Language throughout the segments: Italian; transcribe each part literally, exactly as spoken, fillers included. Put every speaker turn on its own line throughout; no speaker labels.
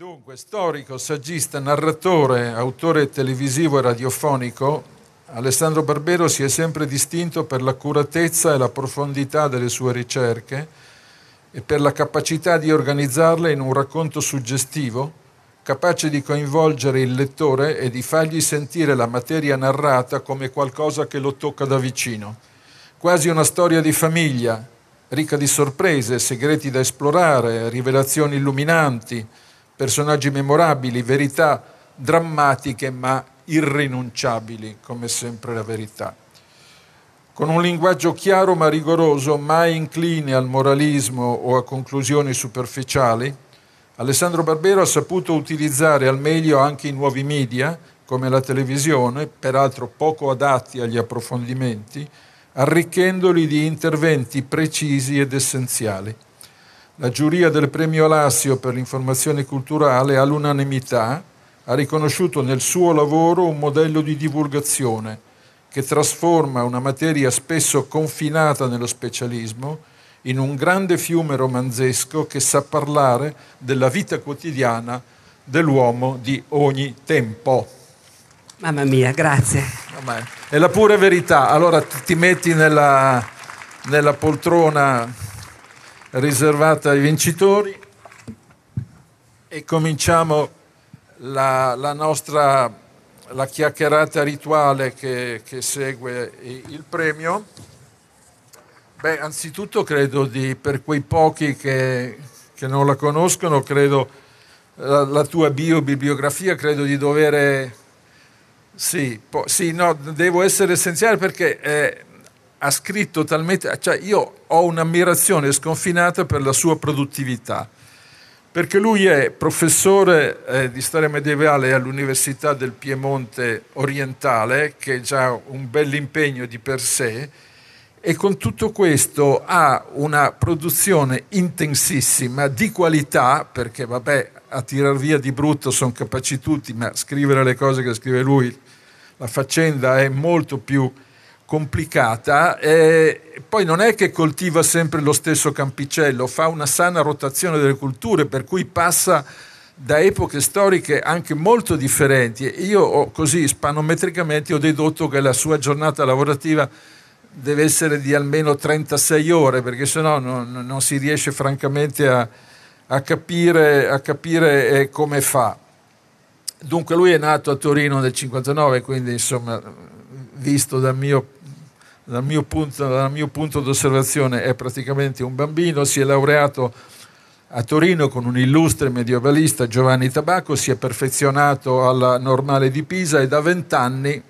Dunque, storico, saggista, narratore, autore televisivo e radiofonico, Alessandro Barbero si è sempre distinto per l'accuratezza e la profondità delle sue ricerche e per la capacità di organizzarle in un racconto suggestivo, capace di coinvolgere il lettore e di fargli sentire la materia narrata come qualcosa che lo tocca da vicino. Quasi una storia di famiglia, ricca di sorprese, segreti da esplorare, rivelazioni illuminanti, personaggi memorabili, verità drammatiche ma irrinunciabili, come sempre la verità. Con un linguaggio chiaro ma rigoroso, mai incline al moralismo o a conclusioni superficiali, Alessandro Barbero ha saputo utilizzare al meglio anche i nuovi media, come la televisione, peraltro poco adatti agli approfondimenti, arricchendoli di interventi precisi ed essenziali. La giuria del premio Lassio per l'informazione culturale all'unanimità ha riconosciuto nel suo lavoro un modello di divulgazione che trasforma una materia spesso confinata nello specialismo in un grande fiume romanzesco che sa parlare della vita quotidiana dell'uomo di ogni tempo.
Mamma mia, grazie.
È la pura verità. Allora ti metti nella, nella poltrona riservata ai vincitori e cominciamo la, la nostra la chiacchierata rituale che, che segue il premio. Beh, anzitutto credo di, per quei pochi che, che non la conoscono, credo la, la tua bio, bibliografia, credo di dovere sì, po, sì no, devo essere essenziale perché eh, ha scritto talmente, cioè io ho un'ammirazione sconfinata per la sua produttività, perché lui è professore eh, di storia medievale all'Università del Piemonte Orientale, che è già un bell'impegno di per sé, e con tutto questo ha una produzione intensissima, di qualità, perché vabbè, a tirar via di brutto sono capaci tutti, ma scrivere le cose che scrive lui, la faccenda è molto più complicata, e poi non è che coltiva sempre lo stesso campicello, fa una sana rotazione delle culture, per cui passa da epoche storiche anche molto differenti. Io ho, così spanometricamente ho dedotto che la sua giornata lavorativa deve essere di almeno trentasei ore, perché sennò non, non si riesce francamente a, a capire, a capire eh, come fa. Dunque lui è nato a Torino nel cinquantanove, quindi insomma, visto dal mio, dal mio punto, dal mio punto d'osservazione è praticamente un bambino. Si è laureato a Torino con un illustre medievalista, Giovanni Tabacco, si è perfezionato alla Normale di Pisa e da vent'anni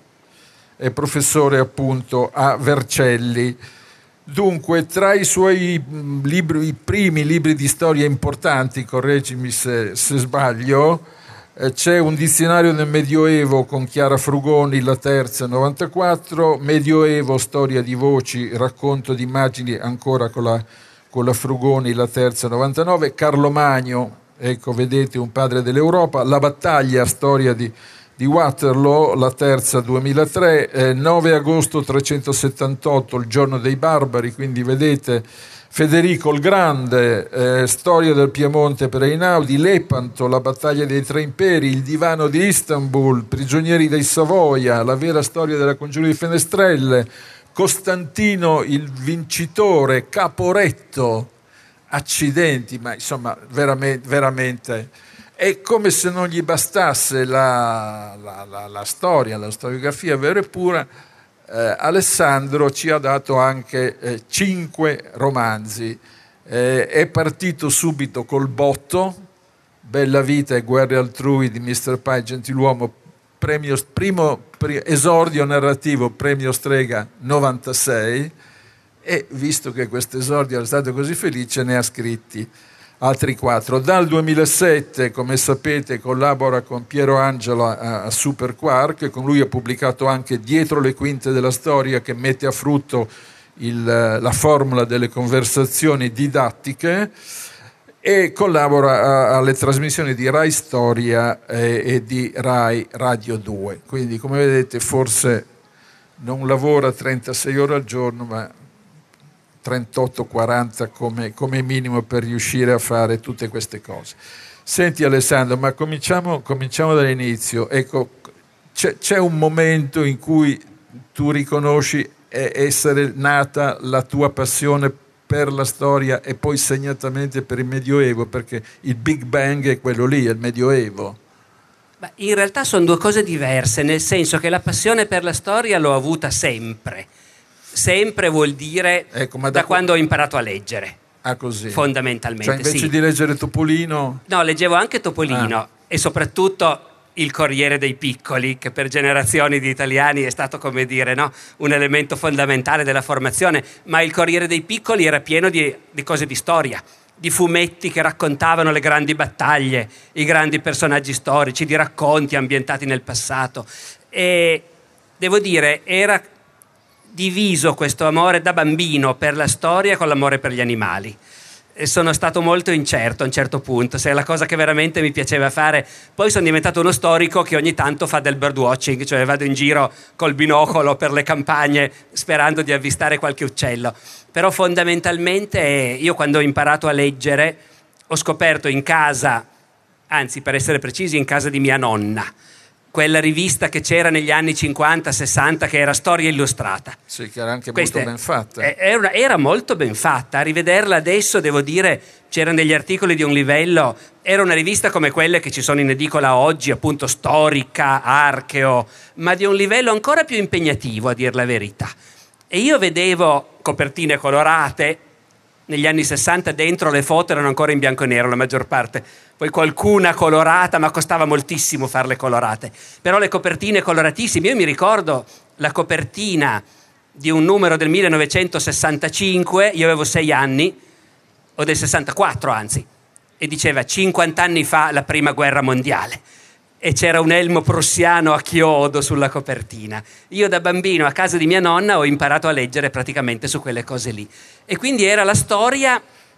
è professore appunto a Vercelli. Dunque, tra i suoi libri, i primi libri di storia importanti, correggimi se, se sbaglio, eh, c'è un dizionario del Medioevo con Chiara Frugoni, la terza, novantaquattro, Medioevo, storia di voci, racconto di immagini, ancora con la, con la Frugoni, la terza, novantanove, Carlo Magno, ecco, vedete, un padre dell'Europa, La battaglia, storia di di Waterloo, la terza duemilatré, eh, nove agosto trecentosettantotto, il giorno dei barbari, quindi vedete Federico il Grande, eh, storia del Piemonte per Einaudi, Lepanto, la battaglia dei tre imperi, il divano di Istanbul, prigionieri dei Savoia, la vera storia della congiura di Fenestrelle, Costantino il vincitore, Caporetto, accidenti, ma insomma veramente, veramente. E come se non gli bastasse la, la, la, la storia, la storiografia vera e pura, eh, Alessandro ci ha dato anche eh, cinque romanzi. Eh, è partito subito col botto, Bella vita e guerre altrui di mister Pye, Gentiluomo, premio, primo pri, esordio narrativo, premio Strega novantasei, e visto che questo esordio è stato così felice ne ha scritti altri quattro. Dal duemilasette, come sapete, collabora con Piero Angelo a, a Super Quark, con lui ha pubblicato anche Dietro le quinte della storia, che mette a frutto il, la formula delle conversazioni didattiche, e collabora a, alle trasmissioni di Rai Storia e, e di Rai Radio due. Quindi, come vedete, forse non lavora trentasei ore al giorno, ma trentotto quaranta come, come minimo per riuscire a fare tutte queste cose. Senti Alessandro, ma cominciamo, cominciamo dall'inizio. Ecco, c'è, c'è un momento in cui tu riconosci essere nata la tua passione per la storia e poi segnatamente per il Medioevo, perché il Big Bang è quello lì, è il Medioevo.
Beh, in realtà sono due cose diverse, nel senso che la passione per la storia l'ho avuta sempre. Sempre vuol dire
ecco, ma
da,
da
quando ho imparato a leggere.
Ah, così.
Fondamentalmente,
cioè invece
sì.
di leggere Topolino?
No, leggevo anche Topolino
ah.
e soprattutto il Corriere dei Piccoli, che per generazioni di italiani è stato, come dire, no? un elemento fondamentale della formazione, ma il Corriere dei Piccoli era pieno di, di cose di storia, di fumetti che raccontavano le grandi battaglie, i grandi personaggi storici, di racconti ambientati nel passato. E devo dire, era diviso questo amore da bambino per la storia con l'amore per gli animali. E sono stato molto incerto a un certo punto se è la cosa che veramente mi piaceva fare. Poi sono diventato uno storico che ogni tanto fa del birdwatching, cioè vado in giro col binocolo per le campagne sperando di avvistare qualche uccello. Però fondamentalmente io, quando ho imparato a leggere, ho scoperto in casa, anzi per essere precisi in casa di mia nonna, quella rivista che c'era negli anni cinquanta sessanta che era Storia Illustrata.
Sì, che era anche
Questa
molto ben fatta.
Era, era molto ben fatta. A rivederla adesso, devo dire, c'erano degli articoli di un livello. Era una rivista come quelle che ci sono in edicola oggi, appunto storica, archeo, ma di un livello ancora più impegnativo, a dir la verità. E io vedevo copertine colorate. Negli anni sessanta dentro le foto erano ancora in bianco e nero la maggior parte, poi qualcuna colorata, ma costava moltissimo farle colorate, però le copertine coloratissime. Io mi ricordo la copertina di un numero del millenovecentosessantacinque, io avevo sei anni, o del sessantaquattro anzi, e diceva cinquanta anni fa la prima guerra mondiale, e c'era un elmo prussiano a chiodo sulla copertina. Io da bambino a casa di mia nonna ho imparato a leggere praticamente su quelle cose lì. E quindi era la storia,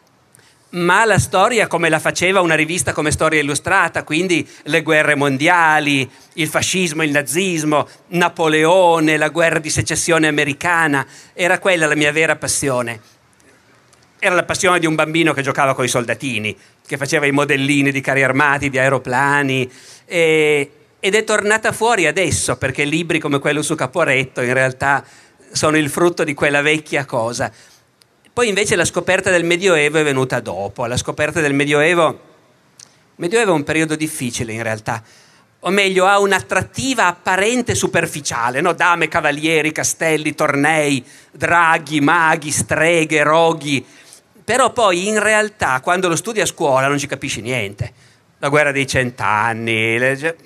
ma la storia come la faceva una rivista come Storia Illustrata, quindi le guerre mondiali, il fascismo, il nazismo, Napoleone, la guerra di secessione americana. Era quella la mia vera passione. Era la passione di un bambino che giocava con i soldatini, che faceva i modellini di carri armati, di aeroplani, e, ed è tornata fuori adesso, perché libri come quello su Caporetto in realtà sono il frutto di quella vecchia cosa. Poi invece la scoperta del Medioevo è venuta dopo. La scoperta del Medioevo, il Medioevo è un periodo difficile in realtà, o meglio ha un'attrattiva apparente superficiale, no? Dame, cavalieri, castelli, tornei, draghi, maghi, streghe, roghi. Però poi in realtà quando lo studi a scuola non ci capisci niente. La guerra dei cent'anni. Le...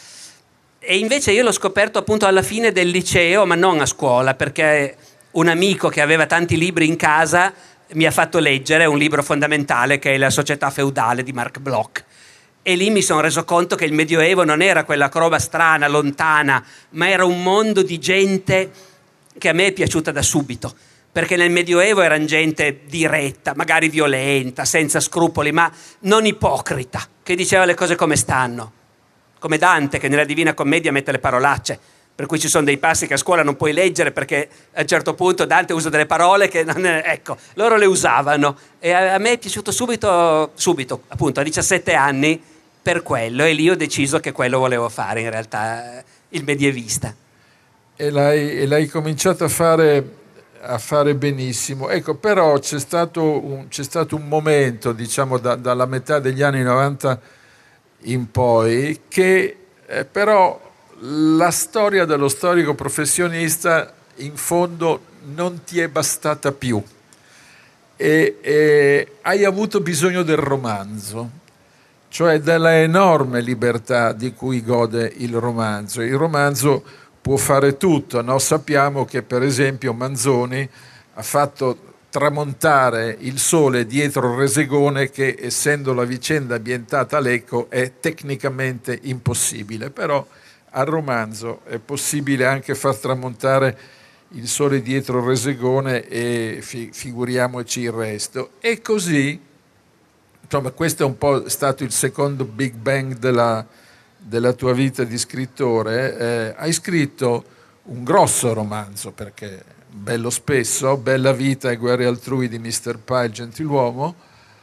E invece io l'ho scoperto appunto alla fine del liceo, ma non a scuola, perché un amico che aveva tanti libri in casa mi ha fatto leggere un libro fondamentale che è La società feudale di Marc Bloch. E lì mi sono reso conto che il Medioevo non era quella roba strana, lontana, ma era un mondo di gente che a me è piaciuta da subito. Perché nel Medioevo erano gente diretta, magari violenta, senza scrupoli, ma non ipocrita, che diceva le cose come stanno. Come Dante, che nella Divina Commedia mette le parolacce, per cui ci sono dei passi che a scuola non puoi leggere perché a un certo punto Dante usa delle parole che non è, ecco, loro le usavano. E a, a me è piaciuto subito, subito, appunto, a diciassette anni, per quello, e lì ho deciso che quello volevo fare, in realtà, il medievista.
E l'hai, e l'hai cominciato a fare... a fare benissimo. Ecco, però c'è stato un, c'è stato un momento, diciamo da, dalla metà degli anni novanta in poi, che eh, però la storia dello storico professionista in fondo non ti è bastata più e, e hai avuto bisogno del romanzo, cioè della enorme libertà di cui gode il romanzo. Il romanzo può fare tutto, no? Sappiamo che per esempio Manzoni ha fatto tramontare il sole dietro il Resegone, che essendo la vicenda ambientata a Lecco è tecnicamente impossibile, però al romanzo è possibile anche far tramontare il sole dietro il Resegone e fi- figuriamoci il resto. E così, insomma, questo è un po' stato il secondo Big Bang della della tua vita di scrittore. Eh, hai scritto un grosso romanzo, perché bello spesso, Bella vita e guerre altrui di mister Pye, il gentiluomo,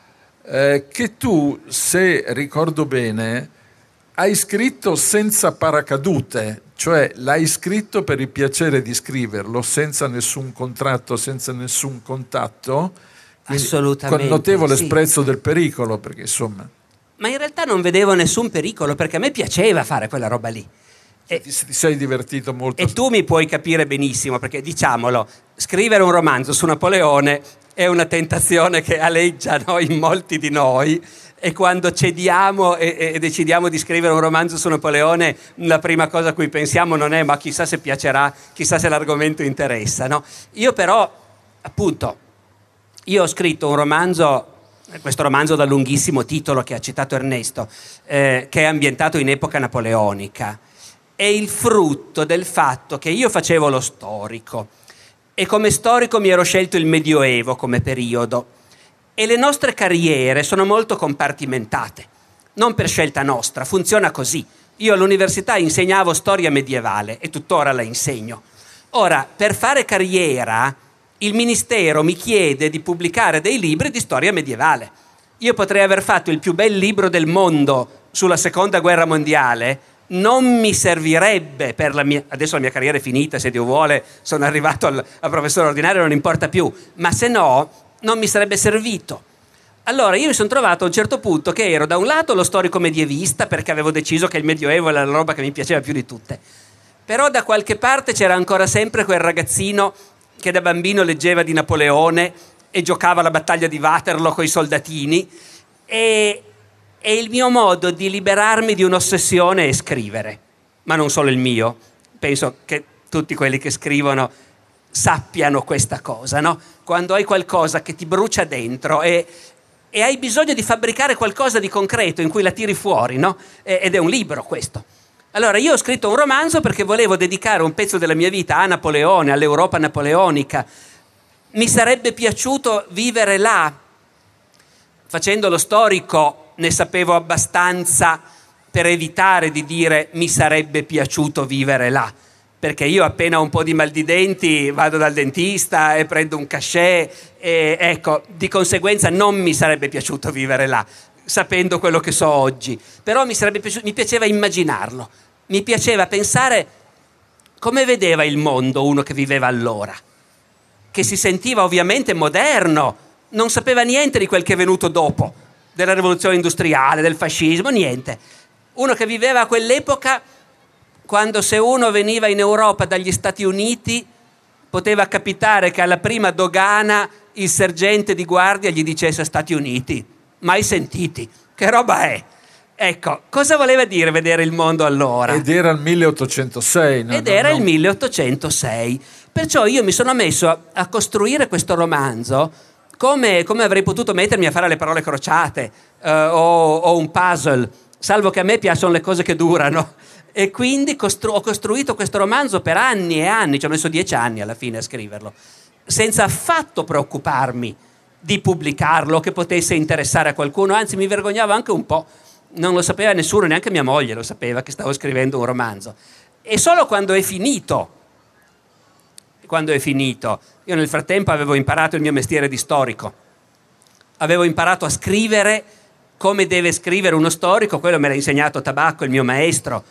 eh, che tu, se ricordo bene, hai scritto senza paracadute, cioè l'hai scritto per il piacere di scriverlo, senza nessun contratto, senza nessun contatto,
assolutamente,
con notevole
sì.
sprezzo del pericolo, perché insomma...
Ma in realtà non vedevo nessun pericolo, perché a me piaceva fare quella roba lì.
E, ti, ti sei divertito molto.
E tu mi puoi capire benissimo, perché diciamolo, scrivere un romanzo su Napoleone è una tentazione che aleggia, no, in molti di noi, e quando cediamo e, e decidiamo di scrivere un romanzo su Napoleone, la prima cosa a cui pensiamo non è ma chissà se piacerà, chissà se l'argomento interessa, no? Io però, appunto, io ho scritto un romanzo, questo romanzo dal lunghissimo titolo che ha citato Ernesto, eh, che è ambientato in epoca napoleonica. È il frutto del fatto che io facevo lo storico e come storico mi ero scelto il Medioevo come periodo e le nostre carriere sono molto compartimentate, non per scelta nostra, funziona così. Io all'università insegnavo storia medievale e tuttora la insegno. Ora, per fare carriera, il Ministero mi chiede di pubblicare dei libri di storia medievale. Io potrei aver fatto il più bel libro del mondo sulla Seconda Guerra Mondiale, non mi servirebbe per la mia... Adesso la mia carriera è finita, se Dio vuole, sono arrivato al, al professore ordinario, non importa più, ma se no non mi sarebbe servito. Allora io mi sono trovato a un certo punto che ero da un lato lo storico medievista, perché avevo deciso che il Medioevo era la roba che mi piaceva più di tutte, però da qualche parte c'era ancora sempre quel ragazzino che da bambino leggeva di Napoleone e giocava alla battaglia di Waterloo coi soldatini, e, e il mio modo di liberarmi di un'ossessione è scrivere, ma non solo il mio, penso che tutti quelli che scrivono sappiano questa cosa, no? Quando hai qualcosa che ti brucia dentro e, e hai bisogno di fabbricare qualcosa di concreto in cui la tiri fuori, no? E, ed è un libro questo. Allora io ho scritto un romanzo perché volevo dedicare un pezzo della mia vita a Napoleone, all'Europa napoleonica. Mi sarebbe piaciuto vivere là. Facendo lo storico ne sapevo abbastanza per evitare di dire mi sarebbe piaciuto vivere là, perché io appena ho un po' di mal di denti vado dal dentista e prendo un cachet e ecco, di conseguenza non mi sarebbe piaciuto vivere là, sapendo quello che so oggi. Però mi sarebbe piaciuto, mi piaceva immaginarlo, mi piaceva pensare come vedeva il mondo uno che viveva allora, che si sentiva ovviamente moderno, non sapeva niente di quel che è venuto dopo, della rivoluzione industriale, del fascismo, niente. Uno che viveva a quell'epoca, quando se uno veniva in Europa dagli Stati Uniti poteva capitare che alla prima dogana il sergente di guardia gli dicesse Stati Uniti, mai sentiti, che roba è? Ecco, cosa voleva dire vedere il mondo allora?
Ed era il milleottocentosei. No?
Ed era
no,
il milleottocentosei. Perciò io mi sono messo a, a costruire questo romanzo come, come avrei potuto mettermi a fare le parole crociate uh, o, o un puzzle, salvo che a me piacciono le cose che durano. E quindi costru- ho costruito questo romanzo per anni e anni, ci ho messo dieci anni alla fine a scriverlo, senza affatto preoccuparmi di pubblicarlo, che potesse interessare a qualcuno, anzi mi vergognavo anche un po'. Non lo sapeva nessuno, neanche mia moglie lo sapeva che stavo scrivendo un romanzo. E solo quando è finito, quando è finito, io nel frattempo avevo imparato il mio mestiere di storico, avevo imparato a scrivere come deve scrivere uno storico, quello me l'ha insegnato Tabacco, il mio maestro.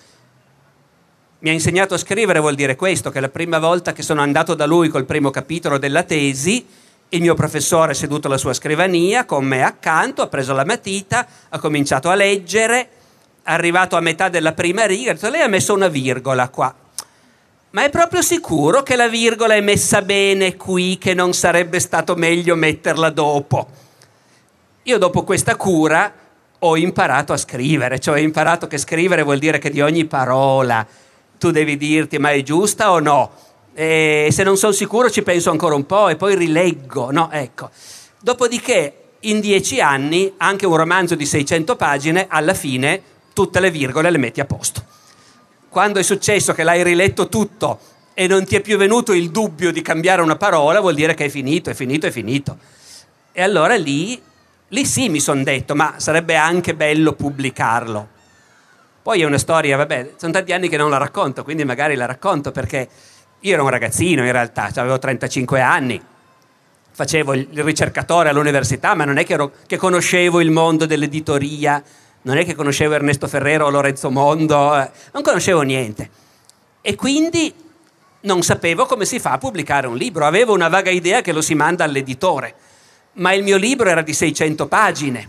Mi ha insegnato a scrivere, vuol dire questo, che la prima volta che sono andato da lui col primo capitolo della tesi, il mio professore è seduto alla sua scrivania, con me accanto, ha preso la matita, ha cominciato a leggere, è arrivato a metà della prima riga, ha detto, lei ha messo una virgola qua. Ma è proprio sicuro che la virgola è messa bene qui, che non sarebbe stato meglio metterla dopo? Io dopo questa cura ho imparato a scrivere, cioè ho imparato che scrivere vuol dire che di ogni parola tu devi dirti ma è giusta o no? E se non sono sicuro ci penso ancora un po' e poi rileggo, no? Ecco. Dopodiché in dieci anni anche un romanzo di seicento pagine alla fine tutte le virgole le metti a posto. Quando è successo che l'hai riletto tutto e non ti è più venuto il dubbio di cambiare una parola, vuol dire che è finito, è finito, è finito. E allora lì, lì sì mi son detto ma sarebbe anche bello pubblicarlo. Poi è una storia, vabbè, sono tanti anni che non la racconto, quindi magari la racconto perché io ero un ragazzino in realtà, avevo trentacinque anni facevo il ricercatore all'università, ma non è che, ero, che conoscevo il mondo dell'editoria, non è che conoscevo Ernesto Ferrero o Lorenzo Mondo, eh, non conoscevo niente. E quindi non sapevo come si fa a pubblicare un libro. Avevo una vaga idea che lo si manda all'editore, ma il mio libro era di seicento pagine,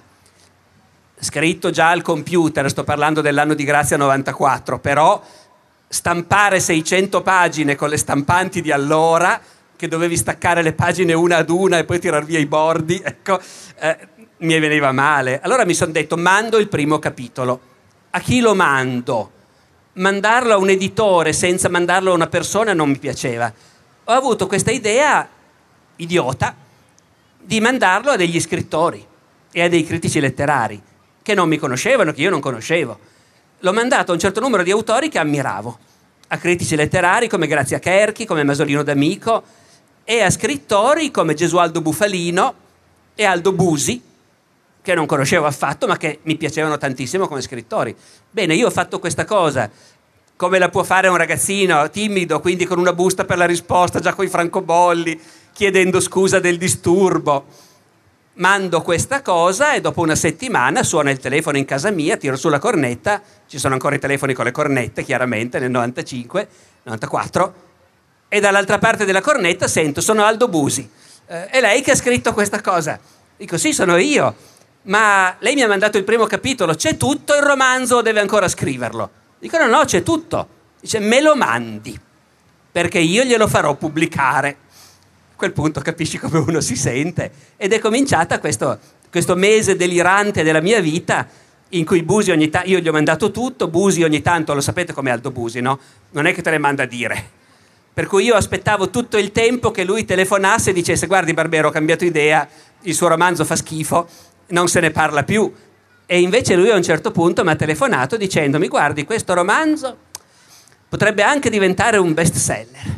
scritto già al computer, sto parlando dell'anno di grazia novantaquattro, però stampare seicento pagine con le stampanti di allora, che dovevi staccare le pagine una ad una e poi tirar via i bordi, ecco, eh, mi veniva male. Allora mi sono detto, mando il primo capitolo. A chi lo mando? Mandarlo a un editore senza mandarlo a una persona non mi piaceva. Ho avuto questa idea idiota di mandarlo a degli scrittori e a dei critici letterari che non mi conoscevano, che io non conoscevo. L'ho mandato a un certo numero di autori che ammiravo, a critici letterari come Grazia Cherchi, come Masolino D'Amico, e a scrittori come Gesualdo Bufalino e Aldo Busi, che non conoscevo affatto, ma che mi piacevano tantissimo come scrittori. Bene, io ho fatto questa cosa, come la può fare un ragazzino timido, quindi con una busta per la risposta, già coi francobolli, chiedendo scusa del disturbo. Mando questa cosa e dopo una settimana suona il telefono in casa mia, tiro sulla cornetta, ci sono ancora i telefoni con le cornette, chiaramente, nel novantacinque, novantaquattro, e dall'altra parte della cornetta sento, sono Aldo Busi. Eh, è lei che ha scritto questa cosa? Dico, sì, sono io. Ma lei mi ha mandato il primo capitolo, c'è tutto il romanzo o deve ancora scriverlo? Dico, no, no, c'è tutto. Dice, me lo mandi, perché io glielo farò pubblicare. A quel punto capisci come uno si sente, ed è cominciata questo, questo mese delirante della mia vita in cui Busi ogni tanto, io gli ho mandato tutto, Busi ogni tanto, lo sapete com'è Aldo Busi, no? Non è che te le manda a dire, per cui io aspettavo tutto il tempo che lui telefonasse e dicesse, guardi Barbero, ho cambiato idea, il suo romanzo fa schifo, non se ne parla più. E invece lui a un certo punto mi ha telefonato dicendomi, guardi, questo romanzo potrebbe anche diventare un best seller,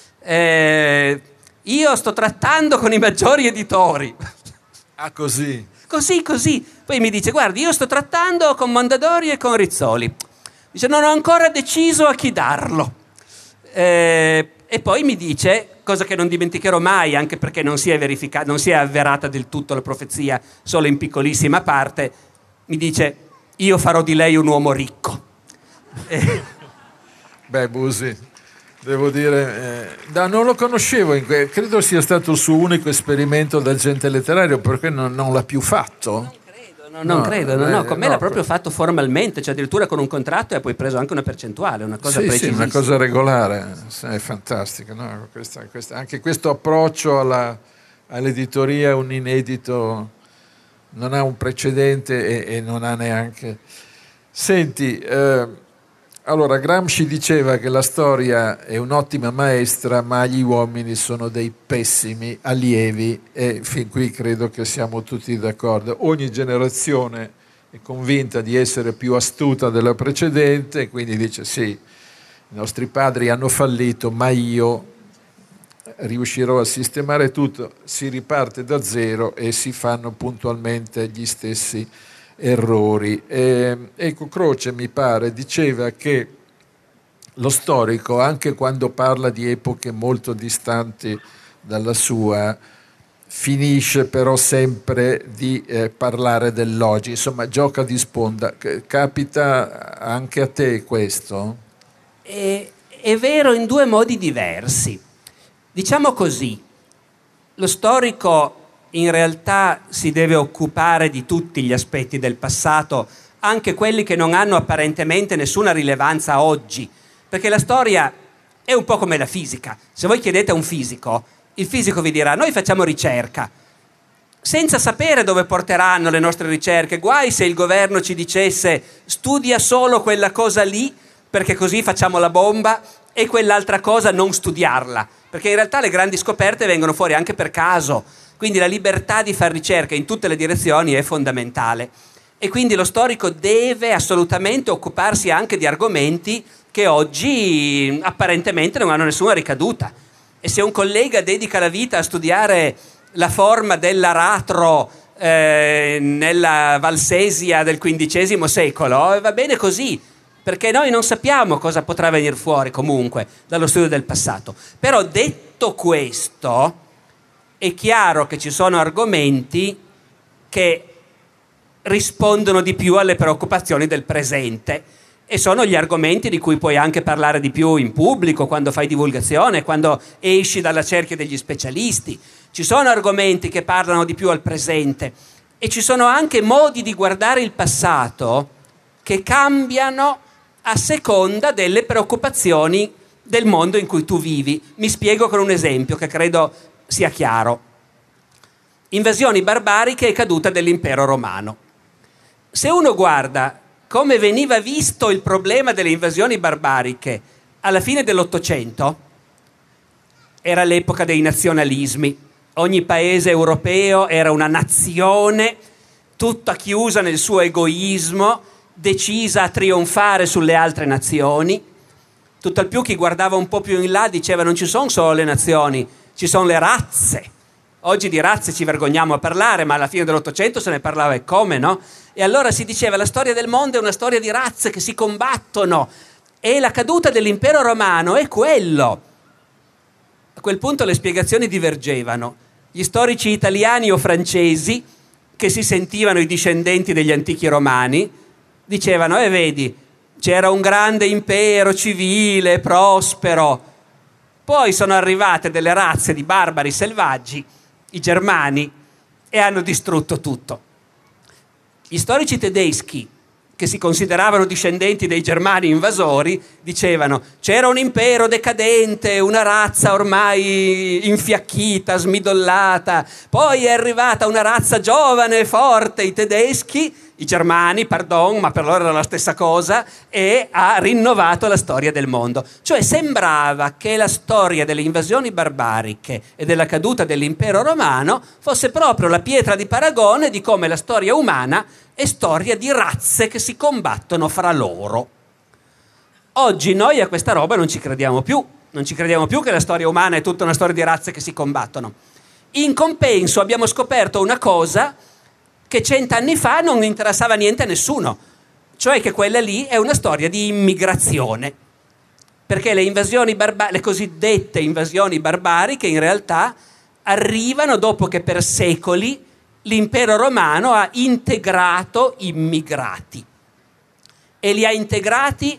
eh, io sto trattando con i maggiori editori.
Ah, così?
Così, così. Poi mi dice, guardi, io sto trattando con Mondadori e con Rizzoli. Dice, non ho ancora deciso a chi darlo. Eh, e poi mi dice, cosa che non dimenticherò mai, anche perché non si è verificata, non si è avverata del tutto la profezia, solo in piccolissima parte, mi dice, io farò di lei un uomo ricco. Eh.
Beh, Busi, devo dire, eh, no, non lo conoscevo, in que- credo sia stato il suo unico esperimento da agente letterario, perché non, non l'ha più fatto.
Non credo, no, non no, credo, no, no, con me no, l'ha proprio fatto formalmente, cioè addirittura con un contratto e ha poi preso anche una percentuale, una cosa
sì,
precisissima.
Sì, una cosa regolare, è fantastico, no? questa, questa, anche questo approccio alla, all'editoria è un inedito, non ha un precedente e, e non ha neanche... Senti... Eh, Allora, Gramsci diceva che la storia è un'ottima maestra, ma gli uomini sono dei pessimi allievi, e fin qui credo che siamo tutti d'accordo. Ogni generazione è convinta di essere più astuta della precedente, quindi dice sì, i nostri padri hanno fallito, ma io riuscirò a sistemare tutto. Si riparte da zero e si fanno puntualmente gli stessi errori. E, ecco, Croce, mi pare, diceva che lo storico, anche quando parla di epoche molto distanti dalla sua, finisce però sempre di eh, parlare dell'oggi, insomma gioca di sponda. Capita anche a te questo?
È, è vero in due modi diversi. Diciamo così, lo storico in realtà si deve occupare di tutti gli aspetti del passato, anche quelli che non hanno apparentemente nessuna rilevanza oggi, perché la storia è un po' come la fisica. Se voi chiedete a un fisico, il fisico vi dirà, noi facciamo ricerca, senza sapere dove porteranno le nostre ricerche. Guai se il governo ci dicesse studia solo quella cosa lì, perché così facciamo la bomba, e quell'altra cosa non studiarla, perché in realtà le grandi scoperte vengono fuori anche per caso. Quindi la libertà di fare ricerca in tutte le direzioni è fondamentale, e quindi lo storico deve assolutamente occuparsi anche di argomenti che oggi apparentemente non hanno nessuna ricaduta. E se un collega dedica la vita a studiare la forma dell'aratro eh, nella Valsesia del quindicesimo secolo, va bene così, perché noi non sappiamo cosa potrà venire fuori comunque dallo studio del passato. Però detto questo, è chiaro che ci sono argomenti che rispondono di più alle preoccupazioni del presente e sono gli argomenti di cui puoi anche parlare di più in pubblico, quando fai divulgazione, quando esci dalla cerchia degli specialisti. Ci sono argomenti che parlano di più al presente e ci sono anche modi di guardare il passato che cambiano a seconda delle preoccupazioni del mondo in cui tu vivi. Mi spiego con un esempio che credo sia chiaro. Invasioni barbariche e caduta dell'impero romano. Se uno guarda come veniva visto il problema delle invasioni barbariche alla fine dell'Ottocento, era l'epoca dei nazionalismi. Ogni paese europeo era una nazione, tutta chiusa nel suo egoismo, decisa a trionfare sulle altre nazioni. Tutt'al più chi guardava un po' più in là diceva: non ci sono solo le nazioni, ci sono le razze. Oggi di razze ci vergogniamo a parlare, ma alla fine dell'Ottocento se ne parlava e come, no? E allora si diceva: la storia del mondo è una storia di razze che si combattono e la caduta dell'impero romano è quello. A quel punto le spiegazioni divergevano. Gli storici italiani o francesi, che si sentivano i discendenti degli antichi romani, dicevano: e eh, vedi, c'era un grande impero civile, prospero. Poi sono arrivate delle razze di barbari selvaggi, i germani, e hanno distrutto tutto. Gli storici tedeschi, che si consideravano discendenti dei germani invasori, dicevano: c'era un impero decadente, una razza ormai infiacchita, smidollata, poi è arrivata una razza giovane e forte, i tedeschi, i germani, pardon, ma per loro era la stessa cosa, e ha rinnovato la storia del mondo. Cioè sembrava che la storia delle invasioni barbariche e della caduta dell'impero romano fosse proprio la pietra di paragone di come la storia umana è storia di razze che si combattono fra loro. Oggi noi a questa roba non ci crediamo più, non ci crediamo più che la storia umana è tutta una storia di razze che si combattono. In compenso abbiamo scoperto una cosa che cent'anni fa non interessava niente a nessuno, cioè che quella lì è una storia di immigrazione, perché le invasioni barba- le cosiddette invasioni barbariche in realtà arrivano dopo che per secoli l'impero romano ha integrato immigrati e li ha integrati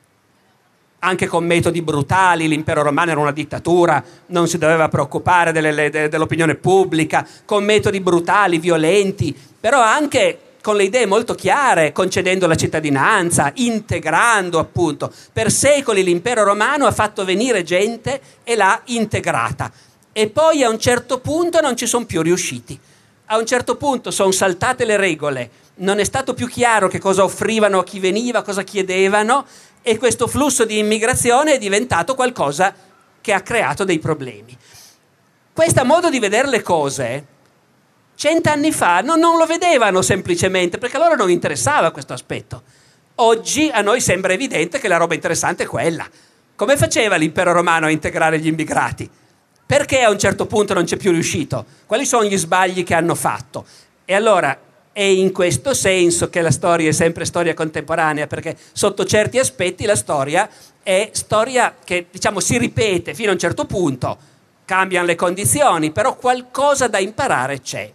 anche con metodi brutali. L'impero romano era una dittatura, non si doveva preoccupare delle, de, dell'opinione pubblica, con metodi brutali, violenti, però anche con le idee molto chiare, concedendo la cittadinanza, integrando appunto. Per secoli l'impero romano ha fatto venire gente e l'ha integrata. E poi a un certo punto non ci sono più riusciti. A un certo punto sono saltate le regole, non è stato più chiaro che cosa offrivano a chi veniva, cosa chiedevano, e questo flusso di immigrazione è diventato qualcosa che ha creato dei problemi. Questo modo di vedere le cose cent'anni fa non, non lo vedevano semplicemente perché a loro non interessava questo aspetto. Oggi a noi sembra evidente che la roba interessante è quella. Come faceva l'impero romano a integrare gli immigrati? Perché a un certo punto non c'è più riuscito? Quali sono gli sbagli che hanno fatto? E allora è in questo senso che la storia è sempre storia contemporanea, perché sotto certi aspetti la storia è storia che, diciamo, si ripete fino a un certo punto, cambiano le condizioni, però qualcosa da imparare c'è.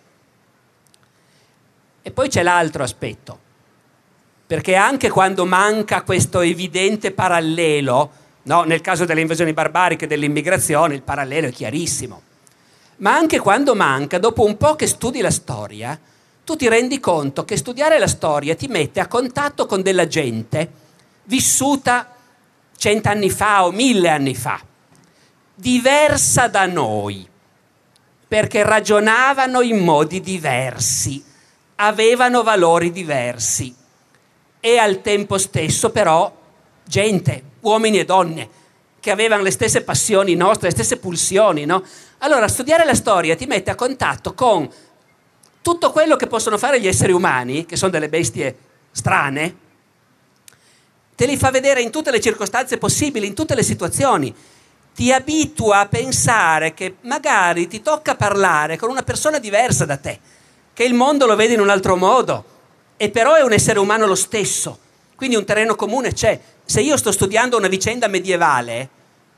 E poi c'è l'altro aspetto, perché anche quando manca questo evidente parallelo, no, nel caso delle invasioni barbariche e dell'immigrazione il parallelo è chiarissimo, ma anche quando manca, dopo un po' che studi la storia, tu ti rendi conto che studiare la storia ti mette a contatto con della gente vissuta cent'anni fa o mille anni fa, diversa da noi, perché ragionavano in modi diversi, avevano valori diversi e al tempo stesso però gente, uomini e donne, che avevano le stesse passioni nostre, le stesse pulsioni, no? Allora studiare la storia ti mette a contatto con tutto quello che possono fare gli esseri umani, che sono delle bestie strane, te li fa vedere in tutte le circostanze possibili, in tutte le situazioni. Ti abitua a pensare che magari ti tocca parlare con una persona diversa da te, che il mondo lo vede in un altro modo, e però è un essere umano lo stesso, quindi un terreno comune c'è. Se io sto studiando una vicenda medievale,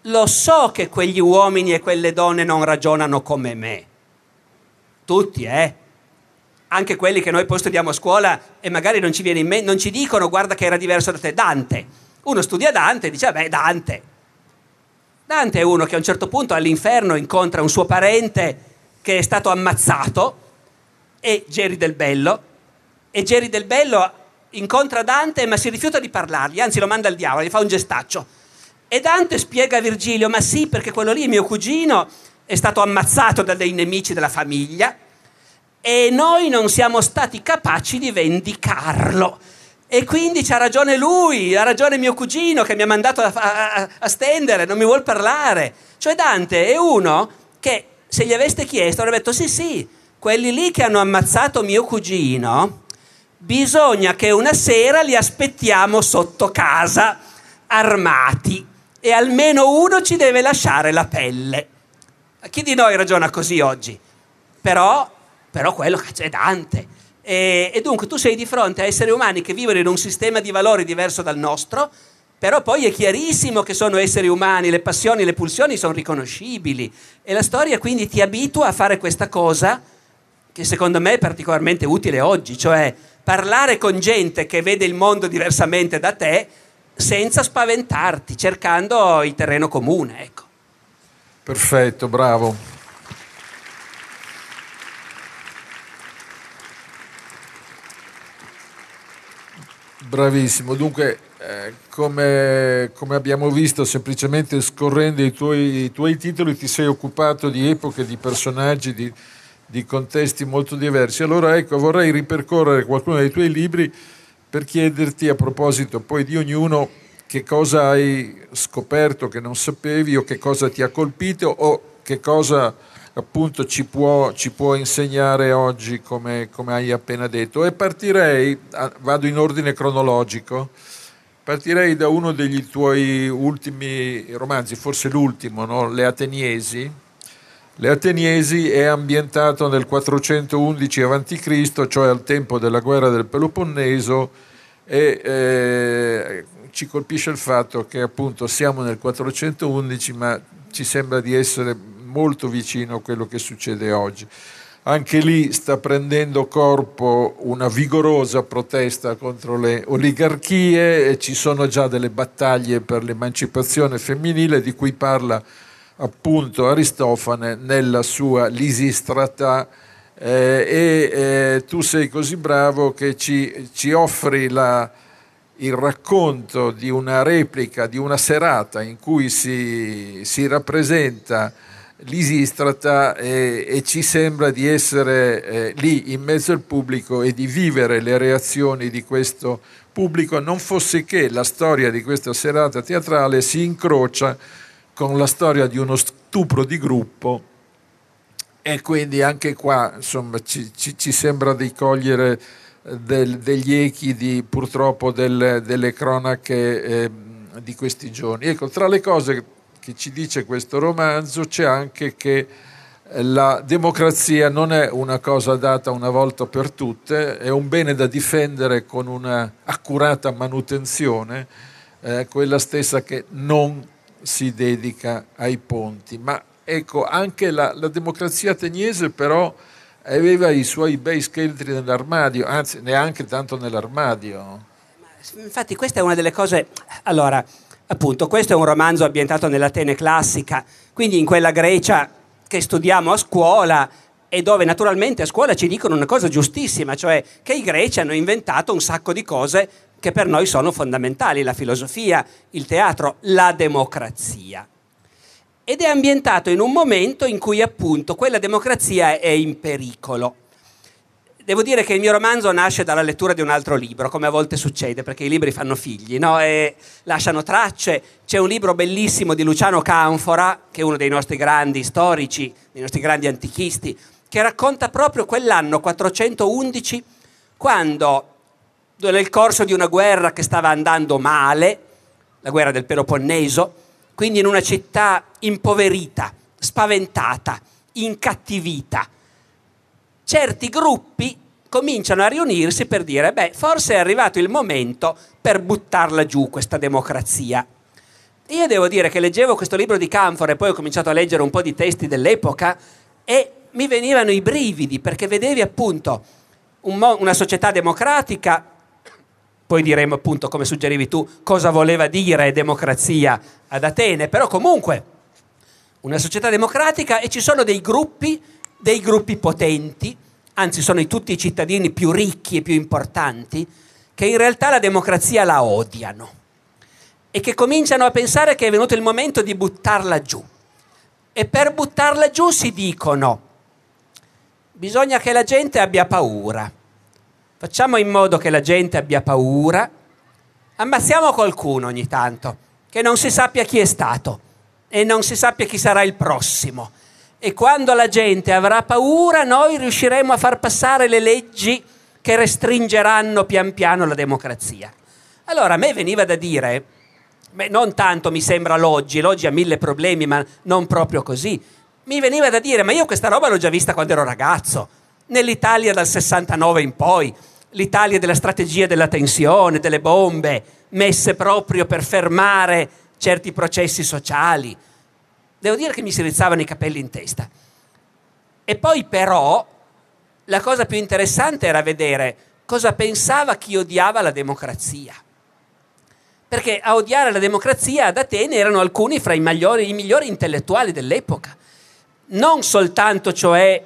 lo so che quegli uomini e quelle donne non ragionano come me. Tutti, eh? Anche quelli che noi poi studiamo a scuola e magari non ci viene in mente, non ci dicono guarda che era diverso da te. Dante. Uno studia Dante e dice vabbè, Dante. Dante è uno che a un certo punto all'inferno incontra un suo parente che è stato ammazzato, e Geri del Bello, e Geri del Bello incontra Dante ma si rifiuta di parlargli, anzi lo manda al diavolo, gli fa un gestaccio. E Dante spiega a Virgilio, ma sì, perché quello lì, mio cugino, è stato ammazzato da dei nemici della famiglia e noi non siamo stati capaci di vendicarlo. E quindi c'ha ragione lui, ha ragione mio cugino che mi ha mandato a, a, a stendere, non mi vuol parlare. Cioè Dante è uno che, se gli aveste chiesto, avrebbe detto sì, sì, quelli lì che hanno ammazzato mio cugino, bisogna che una sera li aspettiamo sotto casa, armati, e almeno uno ci deve lasciare la pelle. Chi di noi ragiona così oggi? Però, però quello che c'è Dante. E, e dunque tu sei di fronte a esseri umani che vivono in un sistema di valori diverso dal nostro, però poi è chiarissimo che sono esseri umani, le passioni, le pulsioni sono riconoscibili, e la storia quindi ti abitua a fare questa cosa che secondo me è particolarmente utile oggi, cioè parlare con gente che vede il mondo diversamente da te senza spaventarti, cercando il terreno comune, ecco.
Perfetto, bravo. Bravissimo. Dunque, eh, come, come abbiamo visto, semplicemente scorrendo i tuoi, i tuoi titoli, ti sei occupato di epoche, di personaggi, di, di contesti molto diversi. Allora, ecco, vorrei ripercorrere qualcuno dei tuoi libri per chiederti, a proposito poi di ognuno, che cosa hai scoperto che non sapevi, o che cosa ti ha colpito, o che cosa appunto ci può, ci può insegnare oggi, come, come hai appena detto. E partirei, vado in ordine cronologico, partirei da uno degli tuoi ultimi romanzi, forse l'ultimo, no? Le Ateniesi. Le Ateniesi è ambientato nel quattrocentoundici avanti Cristo, cioè al tempo della guerra del Peloponneso, e eh, ci colpisce il fatto che appunto siamo nel quattrocentoundici, ma ci sembra di essere molto vicino a quello che succede oggi. Anche lì sta prendendo corpo una vigorosa protesta contro le oligarchie, e ci sono già delle battaglie per l'emancipazione femminile di cui parla appunto Aristofane nella sua Lisistrata, eh, e eh, tu sei così bravo che ci, ci offri la, il racconto di una replica, di una serata in cui si, si rappresenta Lisistrata, e, e ci sembra di essere eh, lì in mezzo al pubblico e di vivere le reazioni di questo pubblico, non fosse che la storia di questa serata teatrale si incrocia con la storia di uno stupro di gruppo, e quindi anche qua insomma ci, ci, ci sembra di cogliere del, degli echi di, purtroppo del, delle cronache eh, di questi giorni. Ecco, tra le cose che ci dice questo romanzo c'è anche che la democrazia non è una cosa data una volta per tutte, è un bene da difendere con una accurata manutenzione, eh, quella stessa che non si dedica ai ponti. Ma ecco, anche la, la democrazia ateniese però aveva i suoi bei scheletri nell'armadio, anzi neanche tanto nell'armadio.
Infatti questa è una delle cose, allora, appunto, questo è un romanzo ambientato nell'Atene classica, quindi in quella Grecia che studiamo a scuola, e dove naturalmente a scuola ci dicono una cosa giustissima, cioè che i greci hanno inventato un sacco di cose che per noi sono fondamentali: la filosofia, il teatro, la democrazia. Ed è ambientato in un momento in cui appunto quella democrazia è in pericolo. Devo dire che il mio romanzo nasce dalla lettura di un altro libro, come a volte succede, perché i libri fanno figli, no? E lasciano tracce. C'è un libro bellissimo di Luciano Canfora, che è uno dei nostri grandi storici, dei nostri grandi antichisti, che racconta proprio quell'anno quattrocentoundici, quando nel corso di una guerra che stava andando male, la guerra del Peloponneso, quindi in una città impoverita, spaventata, incattivita, certi gruppi cominciano a riunirsi per dire: beh, forse è arrivato il momento per buttarla giù questa democrazia. Io devo dire che leggevo questo libro di Canfora e poi ho cominciato a leggere un po' di testi dell'epoca e mi venivano i brividi, perché vedevi appunto un mo- una società democratica, poi diremo appunto, come suggerivi tu, cosa voleva dire democrazia ad Atene, però comunque una società democratica, e ci sono dei gruppi, dei gruppi potenti, anzi sono i, tutti i cittadini più ricchi e più importanti, che in realtà la democrazia la odiano e che cominciano a pensare che è venuto il momento di buttarla giù. E per buttarla giù si dicono: bisogna che la gente abbia paura. Facciamo in modo che la gente abbia paura, ammazziamo qualcuno ogni tanto, che non si sappia chi è stato e non si sappia chi sarà il prossimo. E quando la gente avrà paura, noi riusciremo a far passare le leggi che restringeranno pian piano la democrazia. Allora a me veniva da dire, beh, non tanto mi sembra l'oggi, l'oggi ha mille problemi, ma non proprio così. Mi veniva da dire, ma io questa roba l'ho già vista quando ero ragazzo, nell'Italia dal sessantanove in poi, l'Italia della strategia della tensione, delle bombe, messe proprio per fermare certi processi sociali. Devo dire che mi si rizzavano i capelli in testa. E poi però la cosa più interessante era vedere cosa pensava chi odiava la democrazia. Perché a odiare la democrazia ad Atene erano alcuni fra i migliori, i migliori intellettuali dell'epoca. Non soltanto, cioè,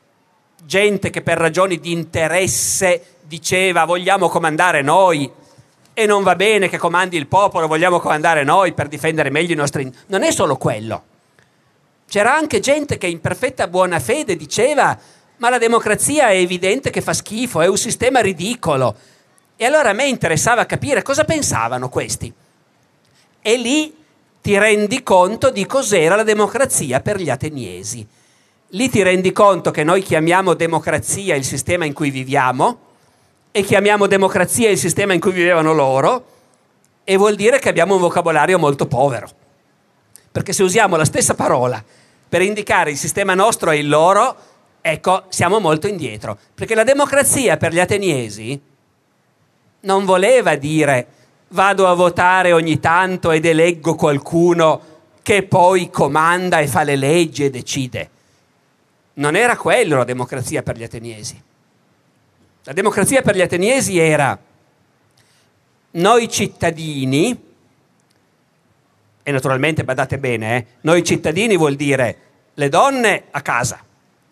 gente che per ragioni di interesse diceva vogliamo comandare noi e non va bene che comandi il popolo, vogliamo comandare noi per difendere meglio i nostri... Non è solo quello. C'era anche gente che in perfetta buona fede diceva ma la democrazia è evidente che fa schifo, è un sistema ridicolo. E allora a me interessava capire cosa pensavano questi. E lì ti rendi conto di cos'era la democrazia per gli ateniesi. Lì ti rendi conto che noi chiamiamo democrazia il sistema in cui viviamo e chiamiamo democrazia il sistema in cui vivevano loro, e vuol dire che abbiamo un vocabolario molto povero. Perché se usiamo la stessa parola per indicare il sistema nostro e il loro, ecco, siamo molto indietro. Perché la democrazia per gli ateniesi non voleva dire vado a votare ogni tanto ed eleggo qualcuno che poi comanda e fa le leggi e decide. Non era quello la democrazia per gli ateniesi. La democrazia per gli ateniesi era noi cittadini, e naturalmente badate bene, eh, noi cittadini vuol dire le donne a casa,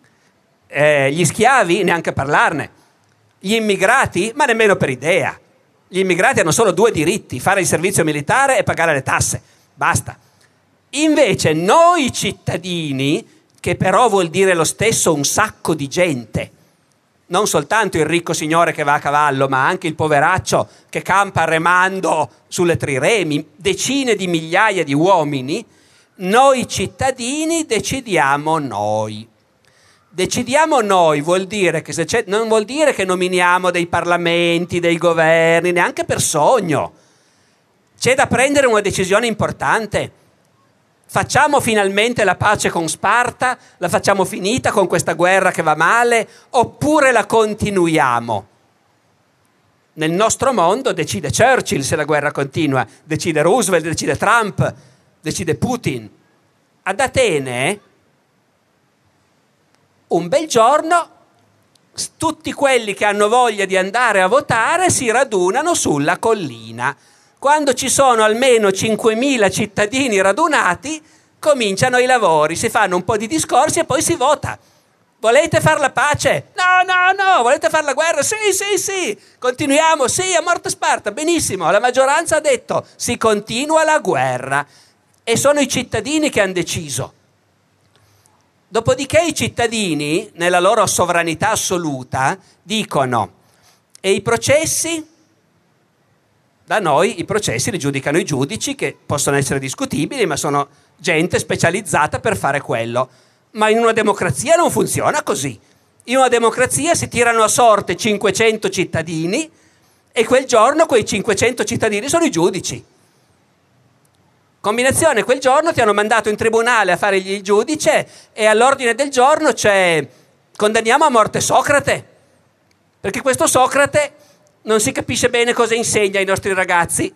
eh, gli schiavi neanche parlarne, gli immigrati ma nemmeno per idea. Gli immigrati hanno solo due diritti: fare il servizio militare e pagare le tasse, basta. Invece noi cittadini, che però vuol dire lo stesso un sacco di gente, non soltanto il ricco signore che va a cavallo, ma anche il poveraccio che campa remando sulle triremi, decine di migliaia di uomini, noi cittadini decidiamo noi. Decidiamo noi vuol dire che se c'è, non vuol dire che nominiamo dei parlamenti, dei governi, neanche per sogno. C'è da prendere una decisione importante. Facciamo finalmente la pace con Sparta? La facciamo finita con questa guerra che va male? Oppure la continuiamo? Nel nostro mondo decide Churchill se la guerra continua, decide Roosevelt, decide Trump, decide Putin. Ad Atene, un bel giorno, tutti quelli che hanno voglia di andare a votare si radunano sulla collina. Quando ci sono almeno cinquemila cittadini radunati, cominciano i lavori, si fanno un po' di discorsi e poi si vota. Volete fare la pace? No, no, no. Volete fare la guerra? Sì, sì, sì. Continuiamo? Sì, a morte Sparta. Benissimo. La maggioranza ha detto si continua la guerra. E sono i cittadini che hanno deciso. Dopodiché i cittadini, nella loro sovranità assoluta, dicono: e i processi? Da noi i processi li giudicano i giudici, che possono essere discutibili, ma sono gente specializzata per fare quello. Ma in una democrazia non funziona così. In una democrazia si tirano a sorte cinquecento cittadini e quel giorno quei cinquecento cittadini sono i giudici. Combinazione, quel giorno ti hanno mandato in tribunale a fare il giudice e all'ordine del giorno c'è condanniamo a morte Socrate, perché questo Socrate non si capisce bene cosa insegna ai nostri ragazzi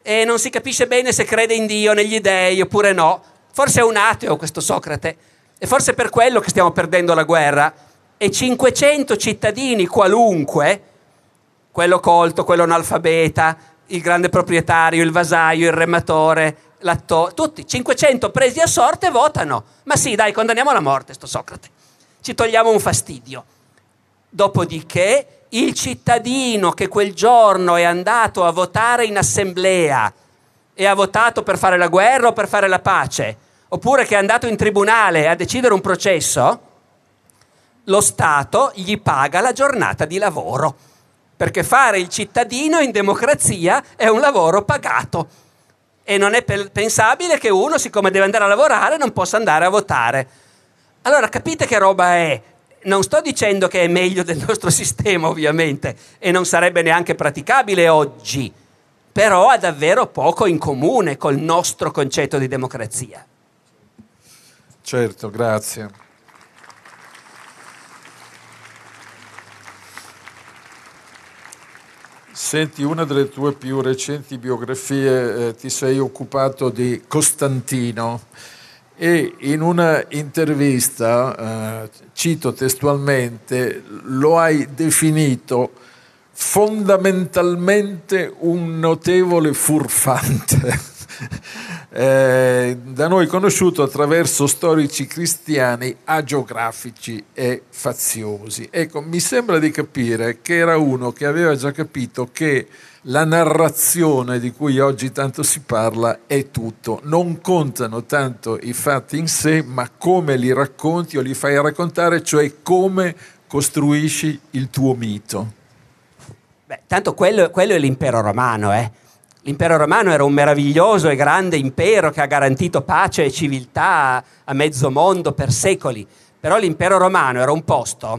e non si capisce bene se crede in Dio, negli dei oppure no. Forse è un ateo questo Socrate, e forse è per quello che stiamo perdendo la guerra. E cinquecento cittadini qualunque, quello colto, quello analfabeta, il grande proprietario, il vasaio, il rematore, l'attore, tutti, cinquecento presi a sorte votano. Ma sì, dai, condanniamo alla morte sto Socrate, ci togliamo un fastidio. Dopodiché il cittadino che quel giorno è andato a votare in assemblea e ha votato per fare la guerra o per fare la pace, oppure che è andato in tribunale a decidere un processo, lo Stato gli paga la giornata di lavoro, perché fare il cittadino in democrazia è un lavoro pagato e non è pe- pensabile che uno, siccome deve andare a lavorare, non possa andare a votare. Allora capite che roba è? Non sto dicendo che è meglio del nostro sistema, ovviamente, e non sarebbe neanche praticabile oggi, però ha davvero poco in comune col nostro concetto di democrazia.
Certo, grazie. Senti, una delle tue più recenti biografie eh, ti sei occupato di Costantino e in una intervista, eh, cito testualmente, lo hai definito fondamentalmente un notevole furfante. Eh, da noi conosciuto attraverso storici cristiani agiografici e faziosi. Ecco, mi sembra di capire che era uno che aveva già capito che la narrazione di cui oggi tanto si parla è tutto. Non contano tanto i fatti in sé, ma come li racconti o li fai raccontare, cioè come costruisci il tuo mito.
Beh, tanto quello, quello è l'impero romano, eh. L'impero romano era un meraviglioso e grande impero che ha garantito pace e civiltà a mezzo mondo per secoli. Però l'impero romano era un posto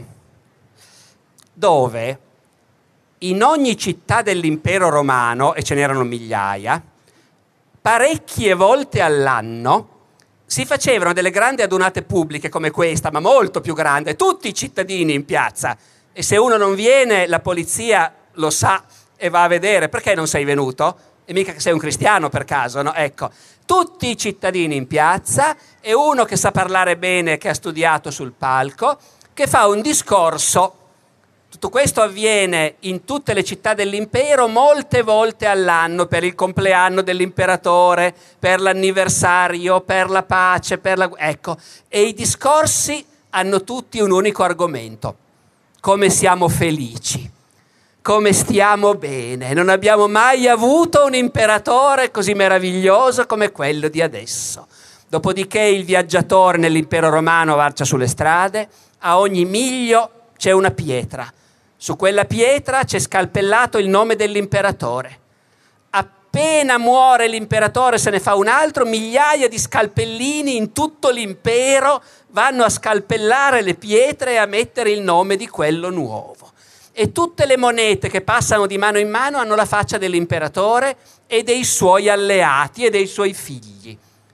dove in ogni città dell'impero romano, e ce n'erano migliaia, parecchie volte all'anno si facevano delle grandi adunate pubbliche come questa, ma molto più grande, tutti i cittadini in piazza. E se uno non viene, la polizia lo sa e va a vedere. Perché non sei venuto? E mica che sei un cristiano per caso, no? Ecco, tutti i cittadini in piazza e uno che sa parlare bene, che ha studiato sul palco, che fa un discorso. Tutto questo avviene in tutte le città dell'impero molte volte all'anno, per il compleanno dell'imperatore, per l'anniversario, per la pace, per la... Ecco, e i discorsi hanno tutti un unico argomento: come siamo felici, come stiamo bene, non abbiamo mai avuto un imperatore così meraviglioso come quello di adesso. Dopodiché il viaggiatore nell'impero romano marcia sulle strade, a ogni miglio c'è una pietra, su quella pietra c'è scalpellato il nome dell'imperatore. Appena muore l'imperatore se ne fa un altro, migliaia di scalpellini in tutto l'impero vanno a scalpellare le pietre e a mettere il nome di quello nuovo. E tutte le monete che passano di mano in mano hanno la faccia dell'imperatore e dei suoi alleati e dei suoi figli.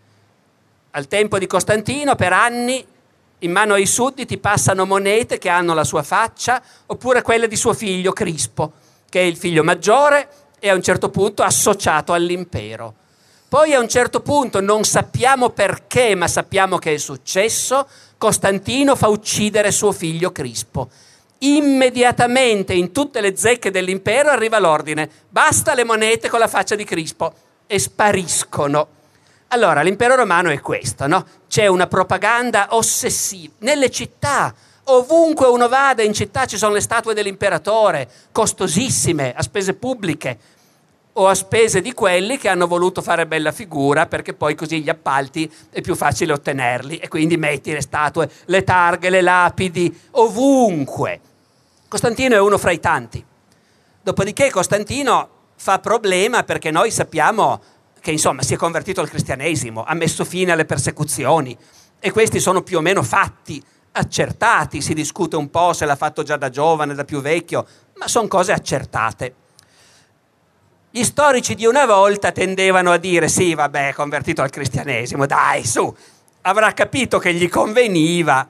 Al tempo di Costantino, per anni, in mano ai sudditi passano monete che hanno la sua faccia, oppure quelle di suo figlio Crispo, che è il figlio maggiore e a un certo punto associato all'impero. Poi a un certo punto, non sappiamo perché, ma sappiamo che è successo, Costantino fa uccidere suo figlio Crispo. Immediatamente in tutte le zecche dell'impero arriva l'ordine: basta le monete con la faccia di Crispo, e spariscono. Allora l'impero romano è questo, no? C'è una propaganda ossessiva nelle città, ovunque uno vada in città ci sono le statue dell'imperatore, costosissime, a spese pubbliche o a spese di quelli che hanno voluto fare bella figura, perché poi così gli appalti è più facile ottenerli, e quindi metti le statue, le targhe, le lapidi ovunque. Costantino è uno fra i tanti. Dopodiché Costantino fa problema perché noi sappiamo che insomma si è convertito al cristianesimo, ha messo fine alle persecuzioni, e questi sono più o meno fatti accertati. Si discute un po' se l'ha fatto già da giovane, da più vecchio, ma sono cose accertate. Gli storici di una volta tendevano a dire: sì, vabbè, è convertito al cristianesimo, dai, su, avrà capito che gli conveniva.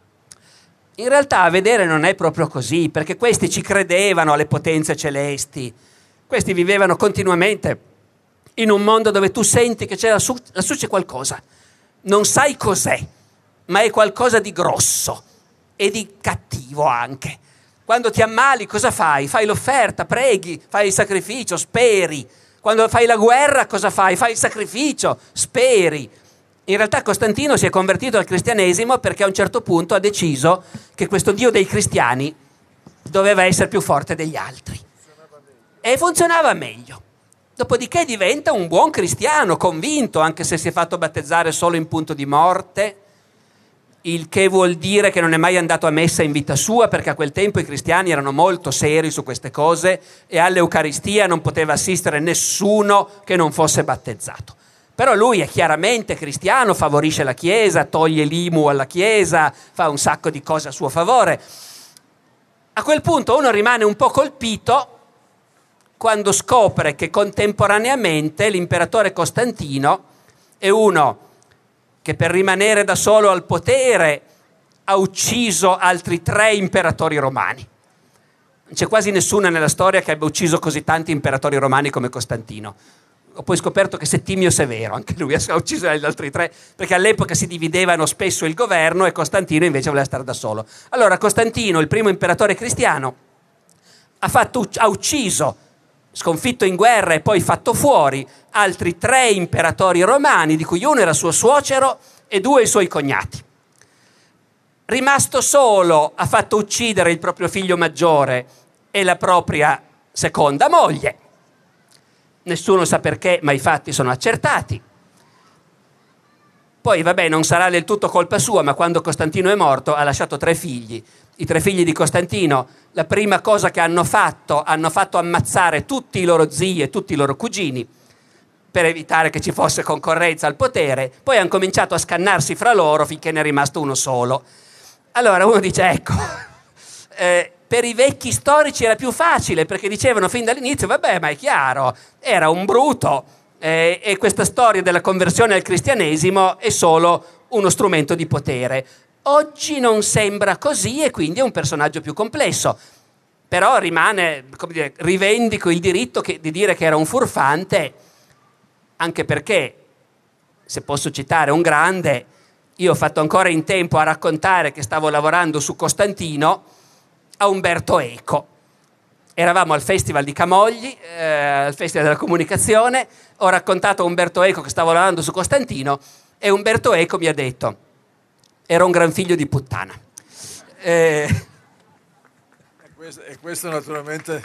In realtà a vedere non è proprio così, perché questi ci credevano alle potenze celesti, questi vivevano continuamente in un mondo dove tu senti che c'è lassù, lassù c'è qualcosa, non sai cos'è, ma è qualcosa di grosso e di cattivo anche. Quando ti ammali cosa fai? Fai l'offerta, preghi, fai il sacrificio, speri. Quando fai la guerra cosa fai? Fai il sacrificio, speri. In realtà Costantino si è convertito al cristianesimo perché a un certo punto ha deciso che questo Dio dei cristiani doveva essere più forte degli altri. E funzionava meglio. Dopodiché diventa un buon cristiano, convinto, anche se si è fatto battezzare solo in punto di morte, il che vuol dire che non è mai andato a messa in vita sua, perché a quel tempo i cristiani erano molto seri su queste cose e all'Eucaristia non poteva assistere nessuno che non fosse battezzato. Però lui è chiaramente cristiano, favorisce la Chiesa, toglie l'I M U alla Chiesa, fa un sacco di cose a suo favore. A quel punto uno rimane un po' colpito quando scopre che contemporaneamente l'imperatore Costantino è uno che per rimanere da solo al potere ha ucciso altri tre imperatori romani. Non c'è quasi nessuno nella storia che abbia ucciso così tanti imperatori romani come Costantino. Ho poi scoperto che Settimio Severo, anche lui ha ucciso gli altri tre, perché all'epoca si dividevano spesso il governo e Costantino invece voleva stare da solo. Allora Costantino, il primo imperatore cristiano, ha, fatto, ha ucciso, sconfitto in guerra e poi fatto fuori altri tre imperatori romani, di cui uno era suo suocero e due i suoi cognati. Rimasto solo, ha fatto uccidere il proprio figlio maggiore e la propria seconda moglie. Nessuno sa perché, ma i fatti sono accertati. Poi, vabbè, non sarà del tutto colpa sua, ma quando Costantino è morto ha lasciato tre figli. I tre figli di Costantino, la prima cosa che hanno fatto, hanno fatto ammazzare tutti i loro zii e tutti i loro cugini per evitare che ci fosse concorrenza al potere. Poi hanno cominciato a scannarsi fra loro finché ne è rimasto uno solo. Allora uno dice, ecco, eh, per i vecchi storici era più facile, perché dicevano fin dall'inizio, vabbè, ma è chiaro, era un bruto, eh, e questa storia della conversione al cristianesimo è solo uno strumento di potere. Oggi non sembra così e quindi è un personaggio più complesso, però rimane, come dire, rivendico il diritto che, di dire che era un furfante, anche perché, se posso citare un grande, io ho fatto ancora in tempo a raccontare che stavo lavorando su Costantino a Umberto Eco. Eravamo al Festival di Camogli, eh, al Festival della Comunicazione, ho raccontato a Umberto Eco che stavo lavorando su Costantino e Umberto Eco mi ha detto: era un gran figlio di puttana. Eh...
E, questo, e questo naturalmente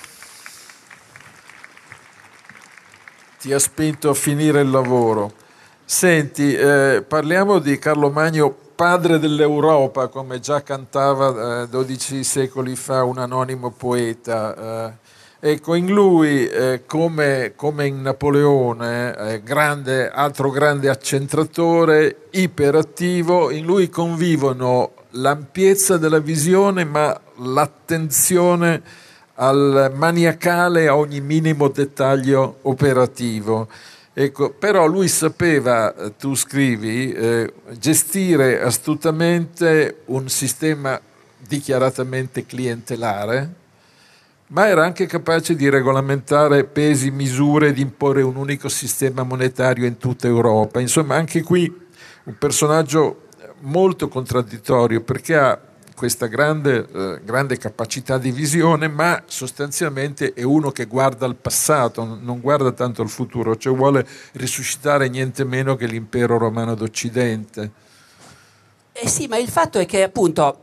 ti ha spinto a finire il lavoro. Senti, eh, parliamo di Carlo Magno, padre dell'Europa, come già cantava eh, dodici secoli fa un anonimo poeta. Eh, ecco, in lui, eh, come, come in Napoleone, eh, grande, altro grande accentratore, iperattivo, in lui convivono l'ampiezza della visione, ma l'attenzione al maniacale a ogni minimo dettaglio operativo. Ecco, però lui sapeva, tu scrivi, eh, gestire astutamente un sistema dichiaratamente clientelare, ma era anche capace di regolamentare pesi, misure, di imporre un unico sistema monetario in tutta Europa. Insomma, anche qui un personaggio molto contraddittorio, perché ha questa grande, eh, grande capacità di visione, ma sostanzialmente è uno che guarda al passato, non guarda tanto al futuro, cioè vuole risuscitare niente meno che l'impero romano d'Occidente.
Eh sì, ma il fatto è che appunto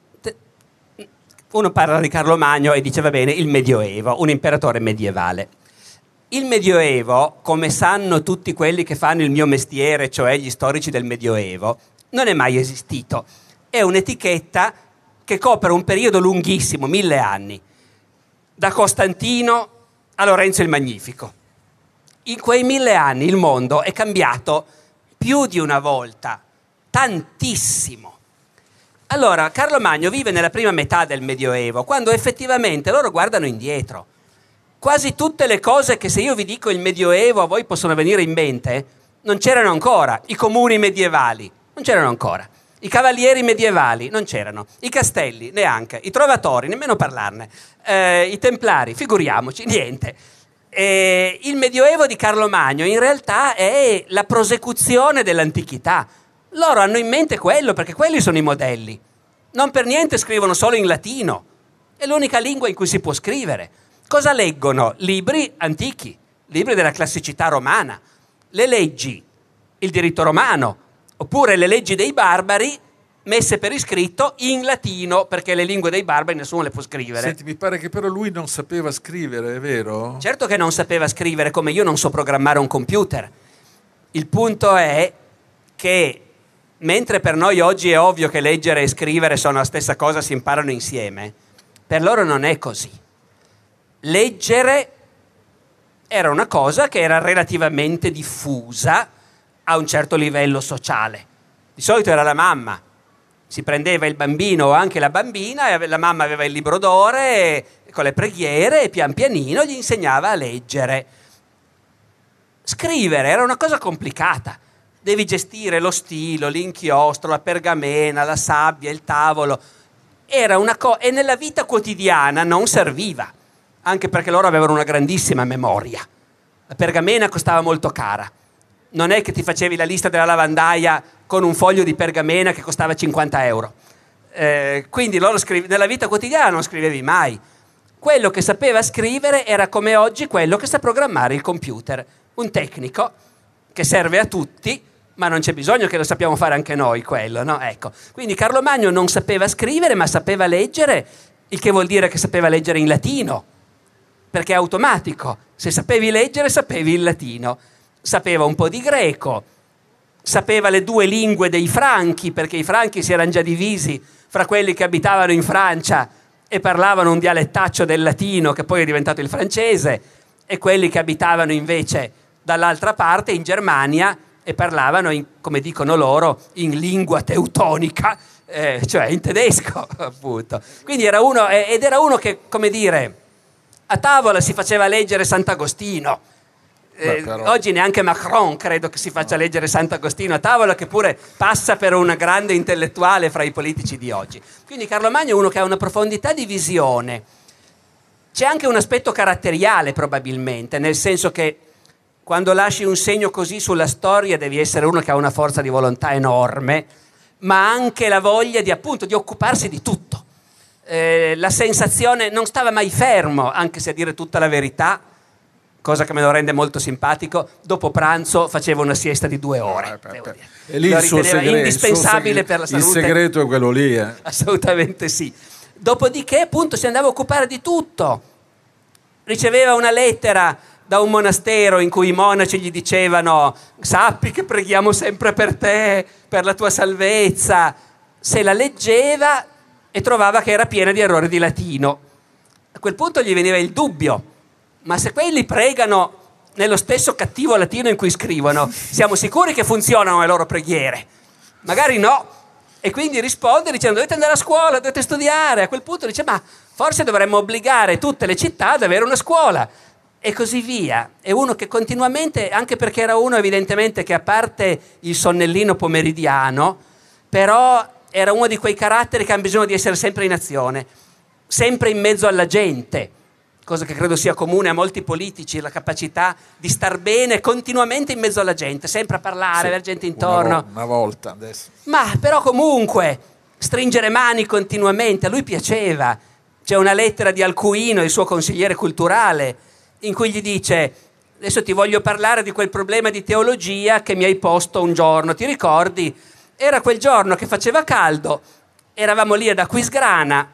uno parla di Carlo Magno e dice va bene, il Medioevo, un imperatore medievale. Il Medioevo, come sanno tutti quelli che fanno il mio mestiere, cioè gli storici del Medioevo, non è mai esistito. È un'etichetta che copre un periodo lunghissimo, mille anni, da Costantino a Lorenzo il Magnifico. In quei mille anni il mondo è cambiato più di una volta, tantissimo. Allora, Carlo Magno vive nella prima metà del Medioevo, quando effettivamente loro guardano indietro. Quasi tutte le cose che, se io vi dico il Medioevo, a voi possono venire in mente, non c'erano ancora. I comuni medievali non c'erano ancora. I cavalieri medievali non c'erano, i castelli neanche, i trovatori, nemmeno parlarne, eh, i templari, figuriamoci, niente. E il Medioevo di Carlo Magno in realtà è la prosecuzione dell'antichità. Loro hanno in mente quello, perché quelli sono i modelli. Non per niente scrivono solo in latino. È l'unica lingua in cui si può scrivere. Cosa leggono? Libri antichi, libri della classicità romana. Le leggi, il diritto romano, oppure le leggi dei barbari messe per iscritto in latino, perché le lingue dei barbari nessuno le può scrivere.
Senti, mi pare che però lui non sapeva scrivere, è vero?
Certo che non sapeva scrivere, come io non so programmare un computer. Il punto è che, mentre per noi oggi è ovvio che leggere e scrivere sono la stessa cosa, si imparano insieme, per loro non è così. Leggere era una cosa che era relativamente diffusa a un certo livello sociale. Di solito era la mamma. Si prendeva il bambino o anche la bambina e la mamma aveva il libro d'ore con le preghiere e pian pianino gli insegnava a leggere. Scrivere era una cosa complicata. Devi gestire lo stilo, l'inchiostro, la pergamena, la sabbia, il tavolo. Era una co- e nella vita quotidiana non serviva, anche perché loro avevano una grandissima memoria. La pergamena costava molto cara. Non è che ti facevi la lista della lavandaia con un foglio di pergamena che costava cinquanta euro. Eh, quindi loro scrive- nella vita quotidiana non scrivevi mai. Quello che sapeva scrivere era come oggi quello che sa programmare il computer. Un tecnico che serve a tutti, ma non c'è bisogno che lo sappiamo fare anche noi quello, no? Ecco. Quindi Carlo Magno non sapeva scrivere, ma sapeva leggere, il che vuol dire che sapeva leggere in latino, perché è automatico. Se sapevi leggere, sapevi il latino. Sapeva un po' di greco, sapeva le due lingue dei franchi, perché i franchi si erano già divisi fra quelli che abitavano in Francia e parlavano un dialettaccio del latino che poi è diventato il francese, e quelli che abitavano invece dall'altra parte, in Germania, e parlavano, in, come dicono loro, in lingua teutonica, eh, cioè in tedesco, appunto. Quindi era uno, eh, ed era uno che, come dire, a tavola si faceva leggere Sant'Agostino. Eh, oggi neanche Macron credo che si faccia no. leggere Sant'Agostino a tavola, che pure passa per un grande intellettuale fra i politici di oggi. Quindi Carlo Magno è uno che ha una profondità di visione. C'è anche un aspetto caratteriale probabilmente, nel senso che quando lasci un segno così sulla storia devi essere uno che ha una forza di volontà enorme, ma anche la voglia di, appunto, di occuparsi di tutto. Eh, la sensazione, non stava mai fermo, anche se a dire tutta la verità, cosa che me lo rende molto simpatico, dopo pranzo faceva una siesta di due ore.
Eh, eh, eh. E lì il suo segreto,
indispensabile
il suo segreto,
per la salute.
Il segreto è quello lì. Eh.
Assolutamente sì. Dopodiché, appunto, si andava a occupare di tutto. Riceveva una lettera da un monastero in cui i monaci gli dicevano: sappi che preghiamo sempre per te, per la tua salvezza. Se la leggeva e trovava che era piena di errori di latino. A quel punto gli veniva il dubbio: ma se quelli pregano nello stesso cattivo latino in cui scrivono, siamo sicuri che funzionano le loro preghiere? Magari no. E quindi risponde dicendo: dovete andare a scuola, dovete studiare. A quel punto dice: ma forse dovremmo obbligare tutte le città ad avere una scuola. E così via. È uno che continuamente, anche perché era uno evidentemente che, a parte il sonnellino pomeridiano, però era uno di quei caratteri che hanno bisogno di essere sempre in azione, sempre in mezzo alla gente, cosa che credo sia comune a molti politici, la capacità di star bene continuamente in mezzo alla gente, sempre a parlare, sì, avere gente intorno.
Una, vo- una volta adesso.
Ma però comunque stringere mani continuamente, a lui piaceva. C'è una lettera di Alcuino, il suo consigliere culturale, in cui gli dice: adesso ti voglio parlare di quel problema di teologia che mi hai posto un giorno, ti ricordi? Era quel giorno che faceva caldo, eravamo lì ad Aquisgrana,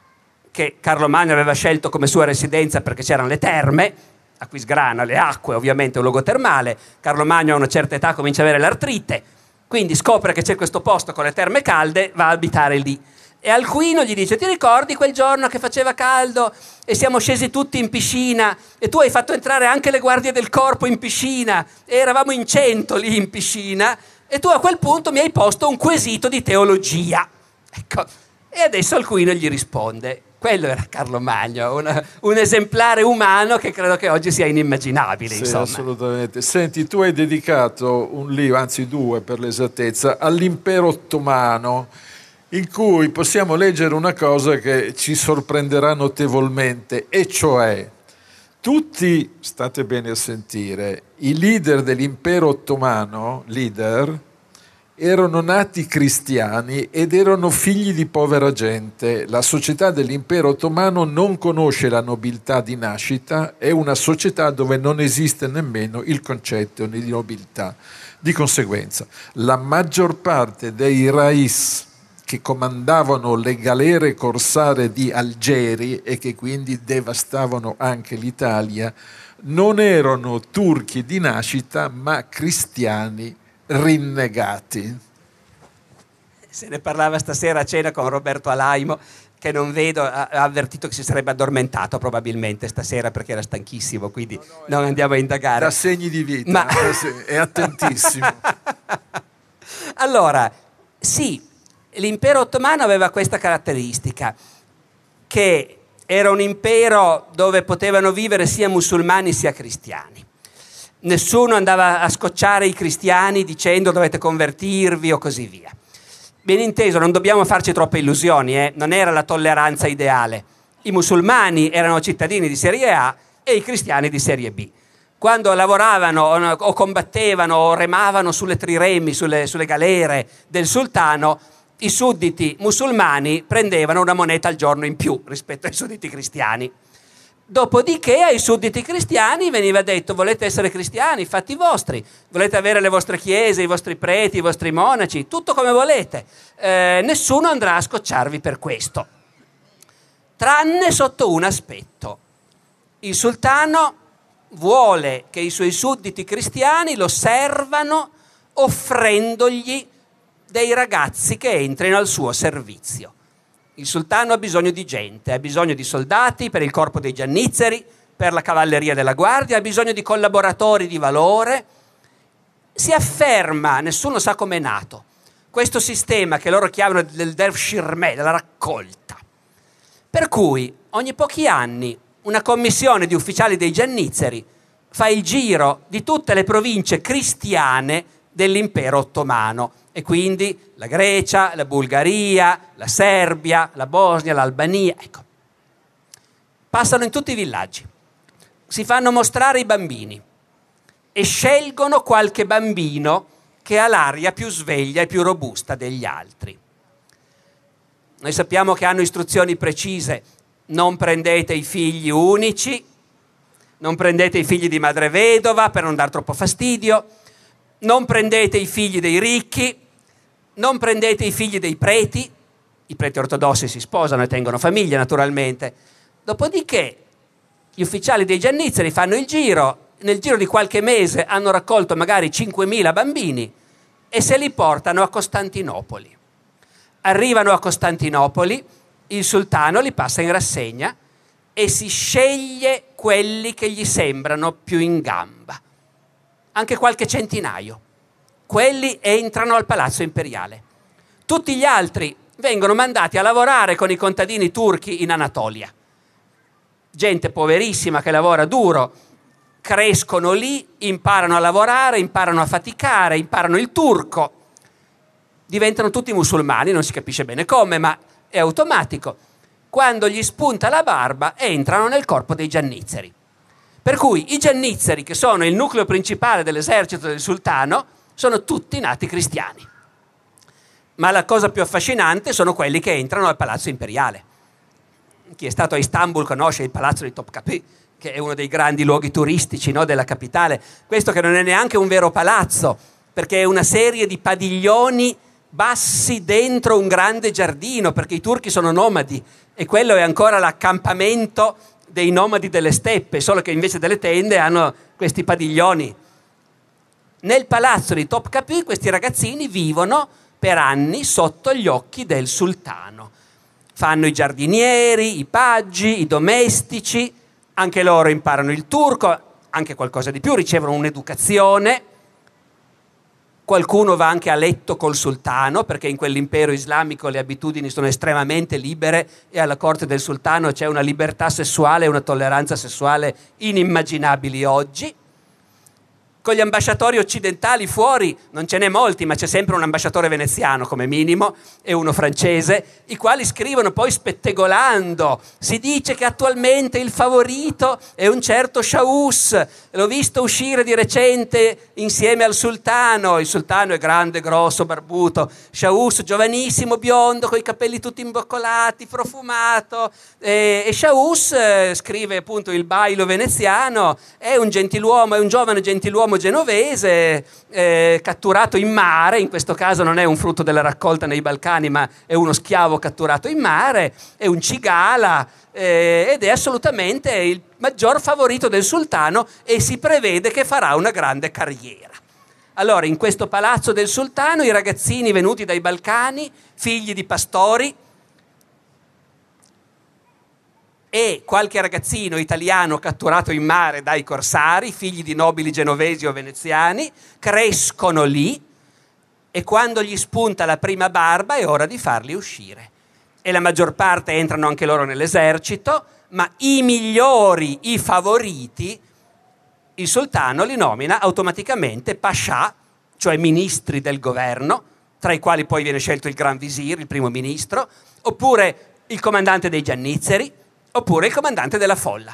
che Carlo Magno aveva scelto come sua residenza perché c'erano le terme. Aquisgrana, le acque, ovviamente un luogo termale. Carlo Magno a una certa età comincia a avere l'artrite, quindi scopre che c'è questo posto con le terme calde, va a abitare lì. E Alcuino gli dice: ti ricordi quel giorno che faceva caldo e siamo scesi tutti in piscina e tu hai fatto entrare anche le guardie del corpo in piscina e eravamo in cento lì in piscina e tu a quel punto mi hai posto un quesito di teologia. Ecco. E adesso Alcuino gli risponde. Quello era Carlo Magno, una, un esemplare umano che credo che oggi sia inimmaginabile.
Sì,
insomma.
Assolutamente. Senti, tu hai dedicato un libro, anzi due per l'esattezza, all'impero ottomano, in cui possiamo leggere una cosa che ci sorprenderà notevolmente, e cioè Tutti, state bene a sentire, i leader dell'impero ottomano, leader, erano nati cristiani ed erano figli di povera gente. La società dell'impero ottomano non conosce la nobiltà di nascita, è una società dove non esiste nemmeno il concetto di nobiltà. Di conseguenza, la maggior parte dei rais che comandavano le galere corsare di Algeri e che quindi devastavano anche l'Italia, non erano turchi di nascita, ma cristiani rinnegati.
Se ne parlava stasera a cena con Roberto Alaimo, che non vedo, ha avvertito che si sarebbe addormentato probabilmente stasera perché era stanchissimo, quindi no, no, non andiamo a indagare.
Da segni di vita,
Ma...
è attentissimo.
Allora, sì, l'impero ottomano aveva questa caratteristica, che era un impero dove potevano vivere sia musulmani sia cristiani. Nessuno andava a scocciare i cristiani dicendo dovete convertirvi o così via. Ben inteso, non dobbiamo farci troppe illusioni, eh? Non era la tolleranza ideale. I musulmani erano cittadini di serie A e i cristiani di serie B. Quando lavoravano o combattevano o remavano sulle triremi, sulle, sulle galere del sultano, i sudditi musulmani prendevano una moneta al giorno in più rispetto ai sudditi cristiani. Dopodiché ai sudditi cristiani veniva detto: volete essere cristiani, fatti vostri, volete avere le vostre chiese, i vostri preti, i vostri monaci, tutto come volete, eh, nessuno andrà a scocciarvi per questo, tranne sotto un aspetto. Il sultano vuole che i suoi sudditi cristiani lo servano offrendogli dei ragazzi che entrino al suo servizio. Il sultano ha bisogno di gente, ha bisogno di soldati per il corpo dei giannizzeri, per la cavalleria della guardia, ha bisogno di collaboratori di valore. Si afferma, nessuno sa com'è nato, questo sistema che loro chiamano del Derfshirme, della raccolta. Per cui ogni pochi anni una commissione di ufficiali dei giannizzeri fa il giro di tutte le province cristiane dell'impero ottomano, e quindi la Grecia, la Bulgaria, la Serbia, la Bosnia, l'Albania, ecco. Passano in tutti i villaggi, si fanno mostrare i bambini e scelgono qualche bambino che ha l'aria più sveglia e più robusta degli altri. Noi sappiamo che hanno istruzioni precise: non prendete i figli unici, non prendete i figli di madre vedova per non dar troppo fastidio, non prendete i figli dei ricchi, non prendete i figli dei preti. I preti ortodossi si sposano e tengono famiglia, naturalmente. Dopodiché gli ufficiali dei giannizzeri fanno il giro, nel giro di qualche mese hanno raccolto magari cinquemila bambini e se li portano a Costantinopoli. Arrivano a Costantinopoli, il sultano li passa in rassegna e si sceglie quelli che gli sembrano più in gamba. Anche qualche centinaio. Quelli entrano al palazzo imperiale. Tutti gli altri vengono mandati a lavorare con i contadini turchi in Anatolia. Gente poverissima che lavora duro, crescono lì, imparano a lavorare, imparano a faticare, imparano il turco, diventano tutti musulmani, non si capisce bene come, ma è automatico. Quando gli spunta la barba, entrano nel corpo dei giannizzeri. Per cui i giannizzeri, che sono il nucleo principale dell'esercito del sultano, sono tutti nati cristiani. Ma la cosa più affascinante sono quelli che entrano al palazzo imperiale. Chi è stato a Istanbul conosce il palazzo di Topkapı, che è uno dei grandi luoghi turistici, no, della capitale. Questo che non è neanche un vero palazzo, perché è una serie di padiglioni bassi dentro un grande giardino, perché i turchi sono nomadi e quello è ancora l'accampamento dei nomadi delle steppe, solo che invece delle tende hanno questi padiglioni. Nel palazzo di Topkapı questi ragazzini vivono per anni sotto gli occhi del sultano. Fanno i giardinieri, i paggi, i domestici, anche loro imparano il turco, anche qualcosa di più, ricevono un'educazione. Qualcuno va anche a letto col sultano, perché in quell'impero islamico le abitudini sono estremamente libere e alla corte del sultano c'è una libertà sessuale e una tolleranza sessuale inimmaginabili oggi. con gli ambasciatori occidentali fuori, non ce n'è molti, ma c'è sempre un ambasciatore veneziano come minimo e uno francese, i quali scrivono poi spettegolando. Si dice che attualmente il favorito è un certo Shaus, l'ho visto uscire di recente insieme al sultano, il sultano è grande, grosso, barbuto, Shaus giovanissimo, biondo, coi capelli tutti imboccolati, profumato, e, e Shaus, eh, scrive appunto il bailo veneziano, è un gentiluomo, è un giovane gentiluomo genovese, eh, catturato in mare, in questo caso non è un frutto della raccolta nei Balcani, ma è uno schiavo catturato in mare, è un cigala, eh, ed è assolutamente il maggior favorito del sultano e si prevede che farà una grande carriera. Allora, in questo palazzo del sultano, i ragazzini venuti dai Balcani, figli di pastori, e qualche ragazzino italiano catturato in mare dai corsari, figli di nobili genovesi o veneziani, crescono lì e quando gli spunta la prima barba è ora di farli uscire. E la maggior parte entrano anche loro nell'esercito, ma i migliori, i favoriti, il sultano li nomina automaticamente pascià, cioè ministri del governo, tra i quali poi viene scelto il Gran Visir, il primo ministro, oppure il comandante dei giannizzeri, oppure il comandante della folla.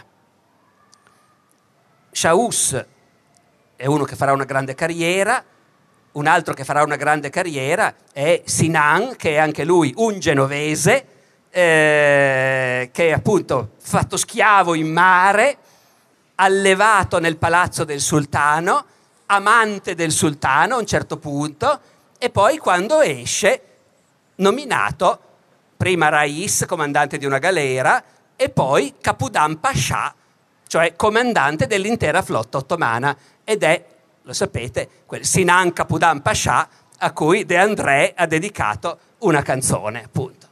Shaus è uno che farà una grande carriera, un altro che farà una grande carriera è Sinan, che è anche lui un genovese, eh, che è appunto fatto schiavo in mare, allevato nel palazzo del sultano, amante del sultano a un certo punto, e poi quando esce nominato prima Rais, comandante di una galera, e poi Capodan Pascià, cioè comandante dell'intera flotta ottomana, ed è, lo sapete, quel Sinan Capodan Pascià a cui De André ha dedicato una canzone, appunto.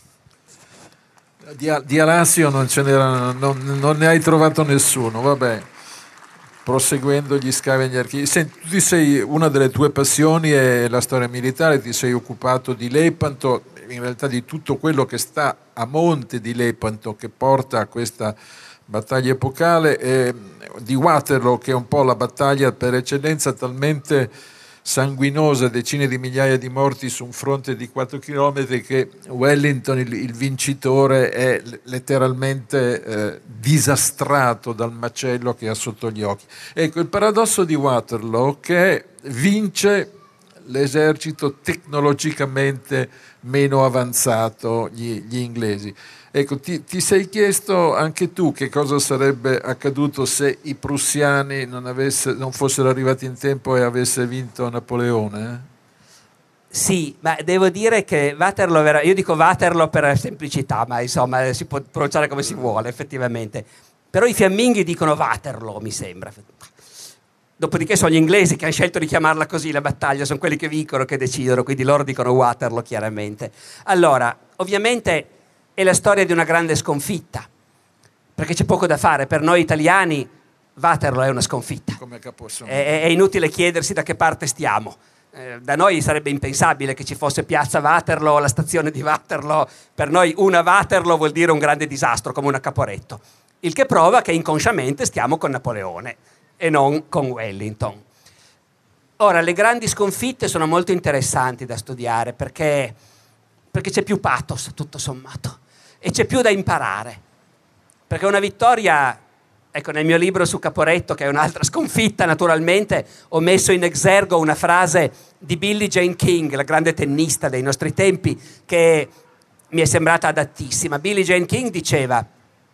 Di, di Alassio non, ce n'era, non, non ne hai trovato nessuno, vabbè. Proseguendo gli scavi agli archivi. Senti, tu sei, una delle tue passioni è la storia militare, ti sei occupato di Lepanto, in realtà di tutto quello che sta a monte di Lepanto, che porta a questa battaglia epocale, eh, di Waterloo, che è un po' la battaglia per eccellenza, talmente sanguinosa, decine di migliaia di morti su un fronte di quattro chilometri, che Wellington, il, il vincitore, è letteralmente eh, disastrato dal macello che ha sotto gli occhi. Ecco, il paradosso di Waterloo che vince l'esercito tecnologicamente meno avanzato, gli, gli inglesi. Ecco, ti, ti sei chiesto anche tu che cosa sarebbe accaduto se i prussiani non, avesse, non fossero arrivati in tempo e avesse vinto Napoleone? Eh?
Sì, ma devo dire che Waterloo, era, io dico Waterloo per semplicità, ma insomma si può pronunciare come si vuole effettivamente, però i fiamminghi dicono Waterloo, mi sembra. Dopodiché sono gli inglesi che hanno scelto di chiamarla così la battaglia, sono quelli che vincono, che decidono, quindi loro dicono Waterloo chiaramente. Allora, ovviamente è la storia di una grande sconfitta, perché c'è poco da fare. Per noi italiani Waterloo è una sconfitta.
Come
è, è inutile chiedersi da che parte stiamo. Eh, da noi sarebbe impensabile che ci fosse piazza Waterloo, la stazione di Waterloo. Per noi una Waterloo vuol dire un grande disastro, come una Caporetto. Il che prova che inconsciamente stiamo con Napoleone e non con Wellington. Ora, le grandi sconfitte sono molto interessanti da studiare perché, perché c'è più pathos, tutto sommato, e c'è più da imparare. Perché una vittoria, ecco, nel mio libro su Caporetto, che è un'altra sconfitta naturalmente, ho messo in exergo una frase di Billie Jean King, la grande tennista dei nostri tempi, che mi è sembrata adattissima. Billie Jean King diceva: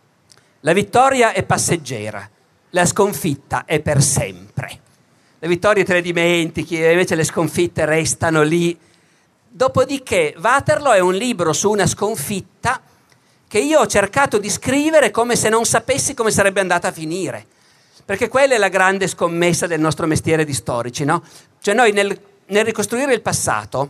la vittoria è passeggera, la sconfitta è per sempre. Le vittorie te le dimentichi, invece le sconfitte restano lì. Dopodiché Waterloo è un libro su una sconfitta che io ho cercato di scrivere come se non sapessi come sarebbe andata a finire, perché quella è la grande scommessa del nostro mestiere di storici, no? Cioè noi nel, nel ricostruire il passato,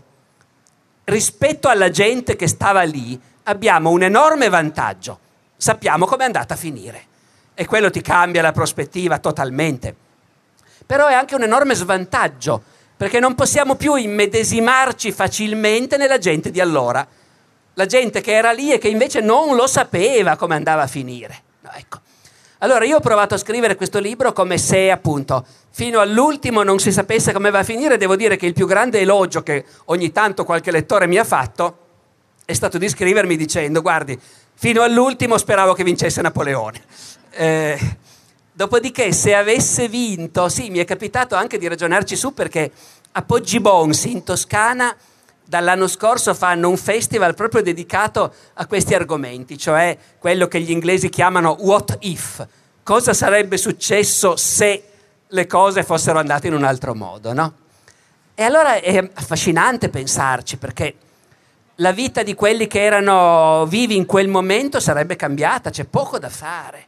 rispetto alla gente che stava lì, abbiamo un enorme vantaggio: sappiamo come è andata a finire. E quello ti cambia la prospettiva totalmente. Però è anche un enorme svantaggio, perché non possiamo più immedesimarci facilmente nella gente di allora. La gente che era lì e che invece non lo sapeva come andava a finire. No, ecco. Allora io ho provato a scrivere questo libro come se appunto fino all'ultimo non si sapesse come va a finire. Devo dire che il più grande elogio che ogni tanto qualche lettore mi ha fatto è stato di scrivermi dicendo: guardi, fino all'ultimo speravo che vincesse Napoleone. Eh, dopodiché se avesse vinto, sì, mi è capitato anche di ragionarci su, perché a Poggibonsi in Toscana dall'anno scorso fanno un festival proprio dedicato a questi argomenti, cioè quello che gli inglesi chiamano what if, cosa sarebbe successo se le cose fossero andate in un altro modo, no? E allora è affascinante pensarci, perché la vita di quelli che erano vivi in quel momento sarebbe cambiata, c'è poco da fare.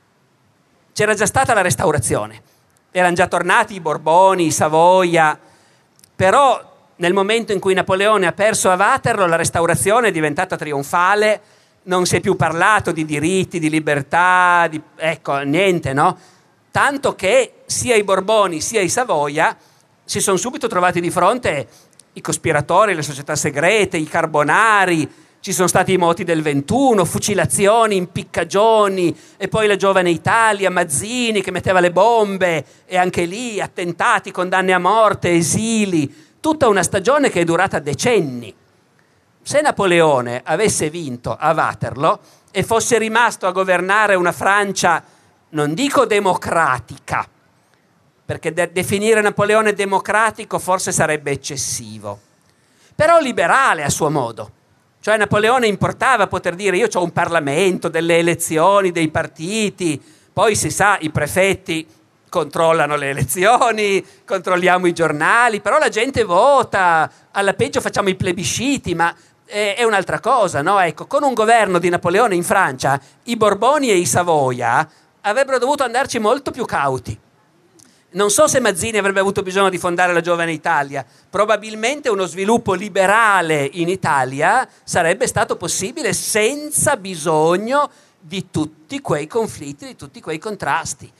C'era già stata la Restaurazione, erano già tornati i Borboni, i Savoia, però nel momento in cui Napoleone ha perso a Waterloo, la Restaurazione è diventata trionfale, non si è più parlato di diritti, di libertà, di, ecco, niente, no? Tanto che sia i Borboni sia i Savoia si sono subito trovati di fronte i cospiratori, le società segrete, i carbonari, ci sono stati i moti del ventuno, fucilazioni, impiccagioni, e poi la giovane Italia, Mazzini che metteva le bombe, e anche lì attentati, condanne a morte, esili. Tutta una stagione che è durata decenni. Se Napoleone avesse vinto a Waterloo e fosse rimasto a governare una Francia, non dico democratica, perché de- definire Napoleone democratico forse sarebbe eccessivo, però liberale a suo modo. Cioè Napoleone importava poter dire: io ho un Parlamento, delle elezioni, dei partiti, poi si sa, i prefetti controllano le elezioni, controlliamo i giornali, però la gente vota, alla peggio facciamo i plebisciti, ma è, è un'altra cosa, no? Ecco, con un governo di Napoleone in Francia, i Borboni e i Savoia avrebbero dovuto andarci molto più cauti. Non so se Mazzini avrebbe avuto bisogno di fondare la giovane Italia, probabilmente uno sviluppo liberale in Italia sarebbe stato possibile senza bisogno di tutti quei conflitti, di tutti quei contrasti.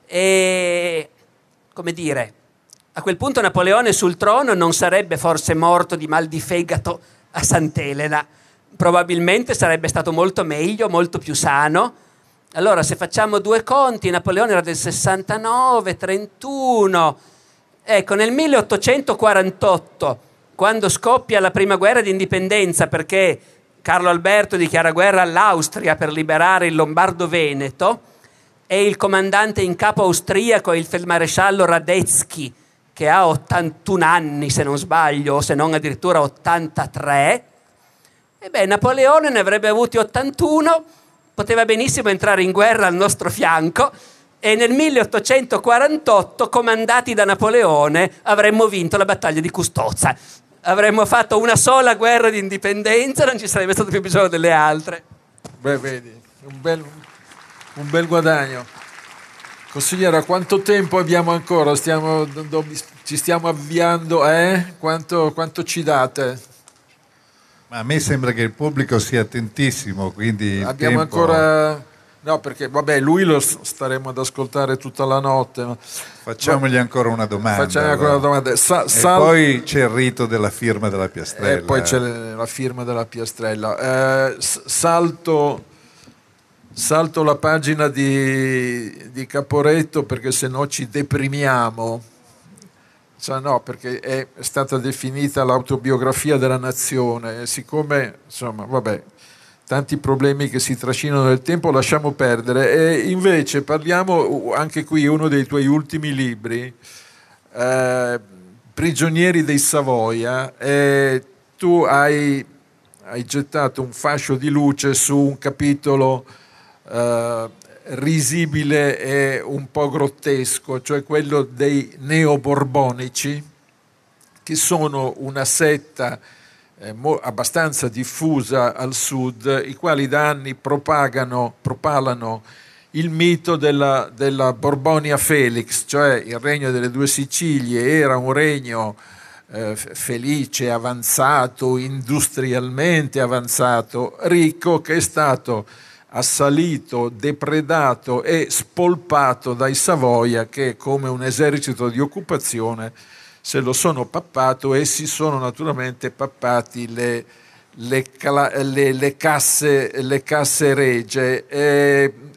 E, come dire, a quel punto Napoleone sul trono non sarebbe forse morto di mal di fegato a Sant'Elena, probabilmente sarebbe stato molto meglio, molto più sano. Allora, se facciamo due conti, Napoleone era del sessantanove, trentuno, ecco, nel milleottocentoquarantotto, quando scoppia la prima guerra di indipendenza, perché Carlo Alberto dichiara guerra all'Austria per liberare il Lombardo-Veneto, e il comandante in capo austriaco è il feldmaresciallo Radetzky, che ha ottantuno anni, se non sbaglio, o se non addirittura ottantatré. E beh, Napoleone ne avrebbe avuti ottantuno, poteva benissimo entrare in guerra al nostro fianco, e nel milleottocentoquarantotto, comandati da Napoleone, avremmo vinto la battaglia di Custozza. Avremmo fatto una sola guerra di indipendenza, non ci sarebbe stato più bisogno delle altre.
Beh, vedi, un bel... un bel guadagno. Consigliera, quanto tempo abbiamo ancora? Stiamo, do, ci stiamo avviando, eh? Quanto, quanto ci date?
Ma a me sembra che il pubblico sia attentissimo, quindi
abbiamo
tempo...
ancora... No, perché vabbè, lui lo staremo ad ascoltare tutta la notte. Ma...
Facciamogli ancora una domanda.
Facciamogli ancora una domanda. Sa-
e
sal...
poi c'è il rito della firma della piastrella.
E poi c'è la firma della piastrella. Eh, salto... Salto la pagina di, di Caporetto, perché se no ci deprimiamo. Cioè, no, perché è stata definita l'autobiografia della nazione, e siccome, insomma, vabbè, tanti problemi che si trascinano nel tempo, lasciamo perdere. E invece parliamo, anche qui, uno dei tuoi ultimi libri, eh, Prigionieri dei Savoia, e tu hai, hai gettato un fascio di luce su un capitolo Uh, risibile e un po' grottesco, cioè quello dei neoborbonici, che sono una setta eh, mo- abbastanza diffusa al sud, i quali da anni propagano, propalano il mito della, della Borbonia Felix, cioè il regno delle due Sicilie era un regno eh, felice, avanzato, industrialmente avanzato, ricco, che è stato assalito, depredato e spolpato dai Savoia, che come un esercito di occupazione se lo sono pappato, e si sono naturalmente pappati le, le, le, le, casse, le casse regie. E,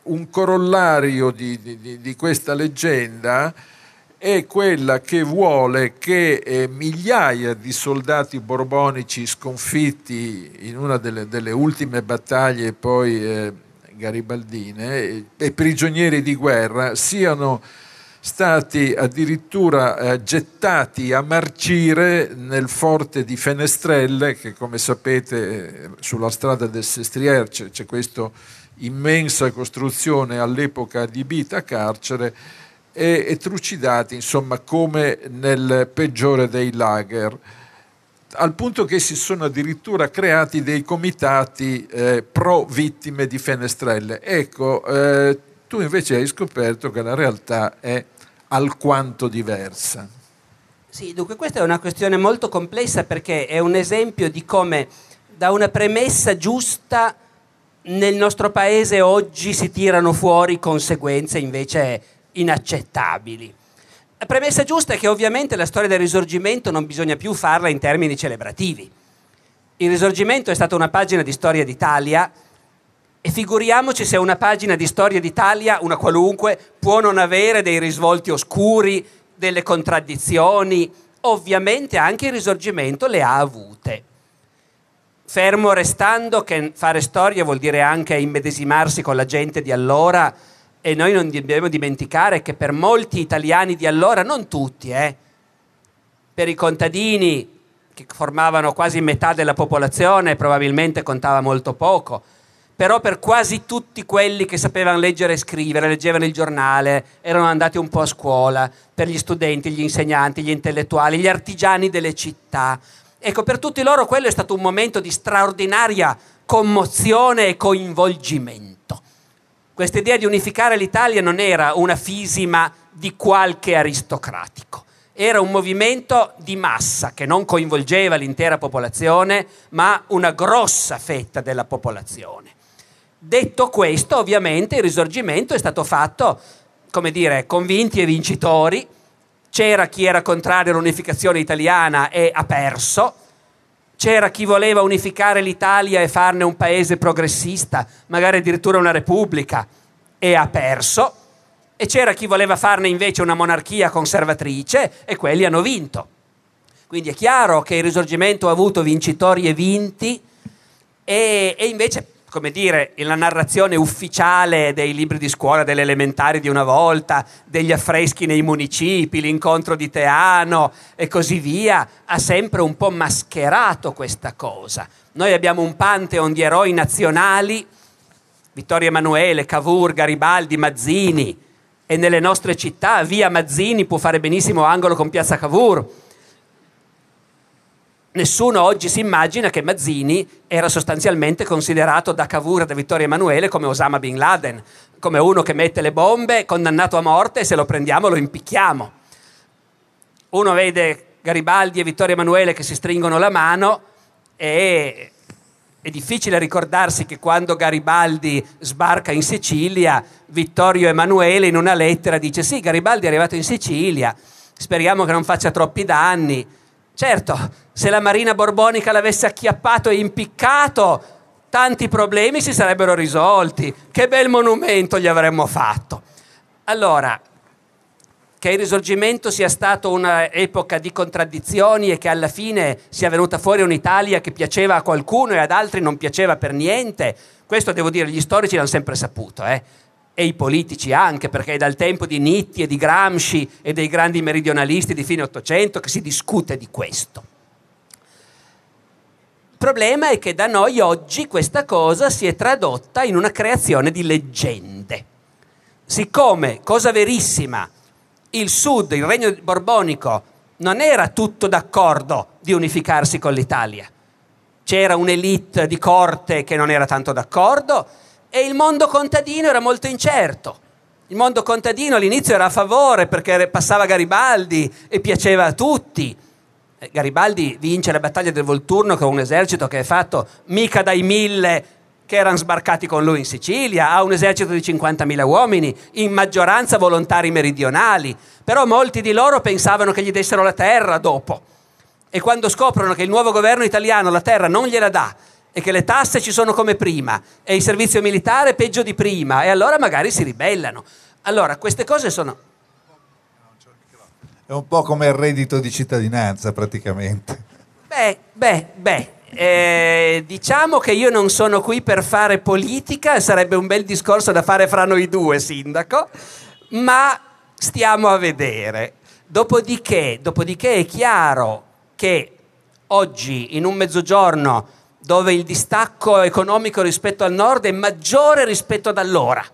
un corollario di, di, di questa leggenda è quella che vuole che eh, migliaia di soldati borbonici sconfitti in una delle, delle ultime battaglie poi eh, garibaldine e, e prigionieri di guerra siano stati addirittura eh, gettati a marcire nel forte di Fenestrelle, che come sapete sulla strada del Sestriere c'è, c'è questa immensa costruzione all'epoca adibita a carcere, e, e trucidati insomma come nel peggiore dei lager, al punto che si sono addirittura creati dei comitati eh, pro vittime di Fenestrelle. Ecco, eh, tu invece hai scoperto che la realtà è alquanto diversa.
Sì, dunque questa è una questione molto complessa, perché è un esempio di come da una premessa giusta nel nostro paese oggi si tirano fuori conseguenze invece inaccettabili. La premessa giusta è che ovviamente la storia del Risorgimento non bisogna più farla in termini celebrativi. Il Risorgimento è stata una pagina di storia d'Italia, e figuriamoci se una pagina di storia d'Italia, una qualunque, può non avere dei risvolti oscuri, delle contraddizioni. Ovviamente anche il Risorgimento le ha avute. Fermo restando che fare storia vuol dire anche immedesimarsi con la gente di allora, e noi non dobbiamo dimenticare che per molti italiani di allora, non tutti, eh, per i contadini che formavano quasi metà della popolazione probabilmente contava molto poco, però per quasi tutti quelli che sapevano leggere e scrivere, leggevano il giornale, erano andati un po' a scuola, per gli studenti, gli insegnanti, gli intellettuali, gli artigiani delle città. Ecco, per tutti loro quello è stato un momento di straordinaria commozione e coinvolgimento. Questa idea di unificare l'Italia non era una fisima di qualche aristocratico, era un movimento di massa che non coinvolgeva l'intera popolazione, ma una grossa fetta della popolazione. Detto questo, ovviamente il Risorgimento è stato fatto, come dire, convinti e vincitori. C'era chi era contrario all'unificazione italiana e ha perso. C'era chi voleva unificare l'Italia e farne un paese progressista, magari addirittura una repubblica, e ha perso. E c'era chi voleva farne invece una monarchia conservatrice, e quelli hanno vinto. Quindi è chiaro che il Risorgimento ha avuto vincitori e vinti, e, e invece, come dire, la narrazione ufficiale dei libri di scuola, delle elementari di una volta, degli affreschi nei municipi, l'incontro di Teano e così via, ha sempre un po' mascherato questa cosa. Noi abbiamo un pantheon di eroi nazionali, Vittorio Emanuele, Cavour, Garibaldi, Mazzini, e nelle nostre città via Mazzini può fare benissimo angolo con piazza Cavour. Nessuno oggi si immagina che Mazzini era sostanzialmente considerato da Cavour e da Vittorio Emanuele come Osama Bin Laden, come uno che mette le bombe, condannato a morte, e se lo prendiamo lo impicchiamo. Uno vede Garibaldi e Vittorio Emanuele che si stringono la mano, e è difficile ricordarsi che quando Garibaldi sbarca in Sicilia, Vittorio Emanuele in una lettera dice: sì, Garibaldi è arrivato in Sicilia, speriamo che non faccia troppi danni. Certo, se la Marina borbonica l'avesse acchiappato e impiccato, tanti problemi si sarebbero risolti. Che bel monumento gli avremmo fatto. Allora, che il Risorgimento sia stato un'epoca di contraddizioni e che alla fine sia venuta fuori un'Italia che piaceva a qualcuno e ad altri non piaceva per niente, questo devo dire, gli storici l'hanno sempre saputo, eh? E i politici anche, perché è dal tempo di Nitti e di Gramsci e dei grandi meridionalisti di fine Ottocento che si discute di questo. Il problema è che da noi oggi questa cosa si è tradotta in una creazione di leggende. Siccome, cosa verissima, il Sud, il Regno Borbonico, non era tutto d'accordo di unificarsi con l'Italia. C'era un'elite di corte che non era tanto d'accordo, e il mondo contadino era molto incerto. Il mondo contadino all'inizio era a favore perché passava Garibaldi e piaceva a tutti. Garibaldi vince la battaglia del Volturno con un esercito che è fatto mica dai mille che erano sbarcati con lui in Sicilia, ha un esercito di cinquantamila uomini, in maggioranza volontari meridionali, però molti di loro pensavano che gli dessero la terra dopo. E quando scoprono che il nuovo governo italiano la terra non gliela dà, e che le tasse ci sono come prima e il servizio militare peggio di prima, e allora magari si ribellano. Allora, queste cose sono...
È un po' come il reddito di cittadinanza, praticamente.
Beh, beh, beh, eh, diciamo che io non sono qui per fare politica, sarebbe un bel discorso da fare fra noi due, sindaco, ma stiamo a vedere. Dopodiché, dopodiché è chiaro che oggi, in un mezzogiorno dove il distacco economico rispetto al nord è maggiore rispetto ad allora,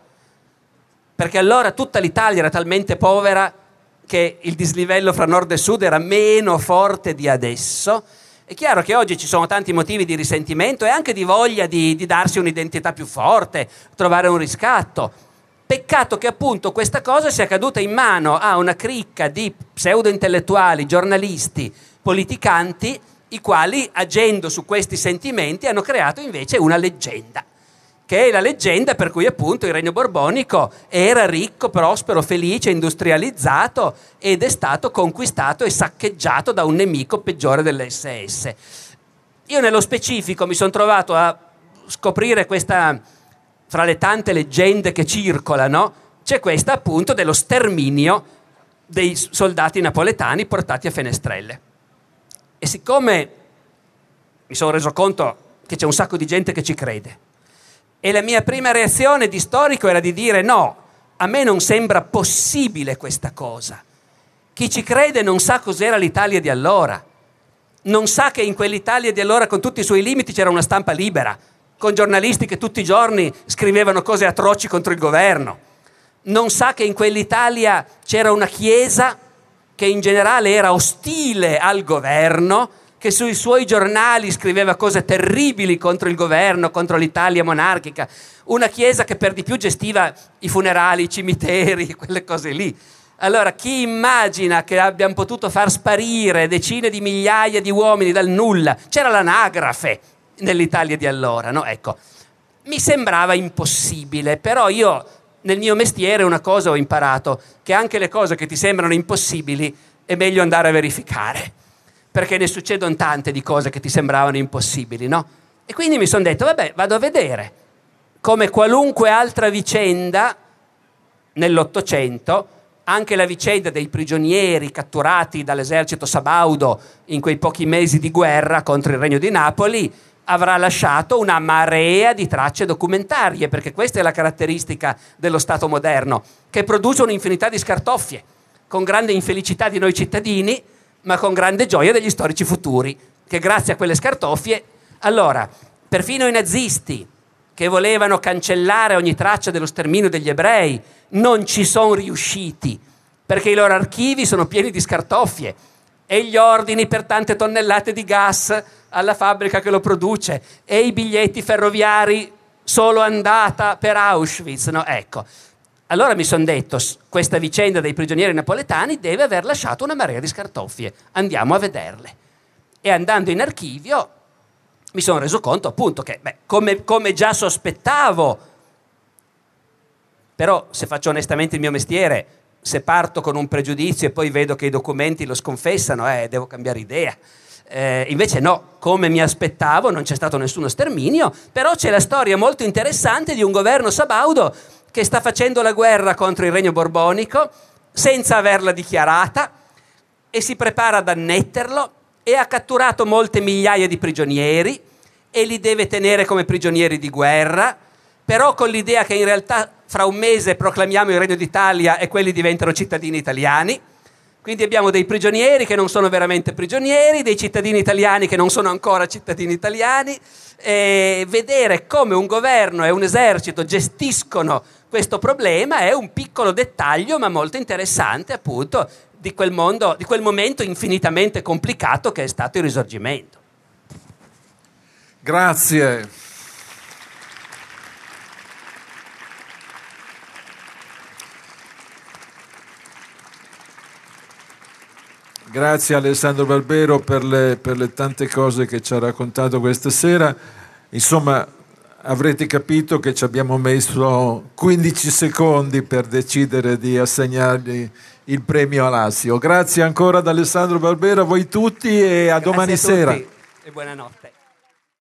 perché allora tutta l'Italia era talmente povera che il dislivello fra nord e sud era meno forte di adesso. È chiaro che oggi ci sono tanti motivi di risentimento e anche di voglia di, di darsi un'identità più forte, trovare un riscatto. Peccato che appunto questa cosa sia caduta in mano a una cricca di pseudo-intellettuali, giornalisti, politicanti, i quali, agendo su questi sentimenti, hanno creato invece una leggenda, che è la leggenda per cui appunto il Regno Borbonico era ricco, prospero, felice, industrializzato ed è stato conquistato e saccheggiato da un nemico peggiore dell'esse esse. Io nello specifico mi sono trovato a scoprire questa, fra le tante leggende che circolano, c'è questa appunto dello sterminio dei soldati napoletani portati a Fenestrelle. E siccome mi sono reso conto che c'è un sacco di gente che ci crede, e la mia prima reazione di storico era di dire no, a me non sembra possibile questa cosa. Chi ci crede non sa cos'era l'Italia di allora, non sa che in quell'Italia di allora con tutti i suoi limiti c'era una stampa libera, con giornalisti che tutti i giorni scrivevano cose atroci contro il governo, non sa che in quell'Italia c'era una Chiesa che in generale era ostile al governo, che sui suoi giornali scriveva cose terribili contro il governo, contro l'Italia monarchica, una Chiesa che per di più gestiva i funerali, i cimiteri, quelle cose lì. Allora, chi immagina che abbiamo potuto far sparire decine di migliaia di uomini dal nulla? C'era l'anagrafe nell'Italia di allora, no? Ecco, mi sembrava impossibile, però io nel mio mestiere una cosa ho imparato, che anche le cose che ti sembrano impossibili è meglio andare a verificare, perché ne succedono tante di cose che ti sembravano impossibili, no? E quindi mi sono detto, vabbè, vado a vedere. Come qualunque altra vicenda nell'Ottocento, anche la vicenda dei prigionieri catturati dall'esercito sabaudo in quei pochi mesi di guerra contro il Regno di Napoli avrà lasciato una marea di tracce documentarie, perché questa è la caratteristica dello Stato moderno, che produce un'infinità di scartoffie, con grande infelicità di noi cittadini, ma con grande gioia degli storici futuri, che grazie a quelle scartoffie... Allora, perfino i nazisti, che volevano cancellare ogni traccia dello sterminio degli ebrei, non ci sono riusciti, perché i loro archivi sono pieni di scartoffie, e gli ordini per tante tonnellate di gas alla fabbrica che lo produce, e i biglietti ferroviari solo andata per Auschwitz, no? Ecco. Allora mi sono detto, questa vicenda dei prigionieri napoletani deve aver lasciato una marea di scartoffie, andiamo a vederle. E andando in archivio mi sono reso conto appunto che, beh, come, come già sospettavo, però se faccio onestamente il mio mestiere, se parto con un pregiudizio e poi vedo che i documenti lo sconfessano, eh, devo cambiare idea. Eh, invece no, come mi aspettavo, non c'è stato nessuno sterminio, però c'è la storia molto interessante di un governo sabaudo che sta facendo la guerra contro il Regno Borbonico senza averla dichiarata e si prepara ad annetterlo e ha catturato molte migliaia di prigionieri e li deve tenere come prigionieri di guerra, però con l'idea che in realtà fra un mese proclamiamo il Regno d'Italia e quelli diventano cittadini italiani. Quindi abbiamo dei prigionieri che non sono veramente prigionieri, dei cittadini italiani che non sono ancora cittadini italiani, e vedere come un governo e un esercito gestiscono questo problema è un piccolo dettaglio ma molto interessante appunto di quel mondo, di quel momento infinitamente complicato che è stato il Risorgimento.
Grazie. Grazie Alessandro Barbero per le, per le tante cose che ci ha raccontato questa sera. Insomma, avrete capito che ci abbiamo messo quindici secondi per decidere di assegnargli il premio a Lassio. Grazie ancora ad Alessandro Barbero, a voi tutti e a
Grazie
domani
a tutti
sera.
E buonanotte.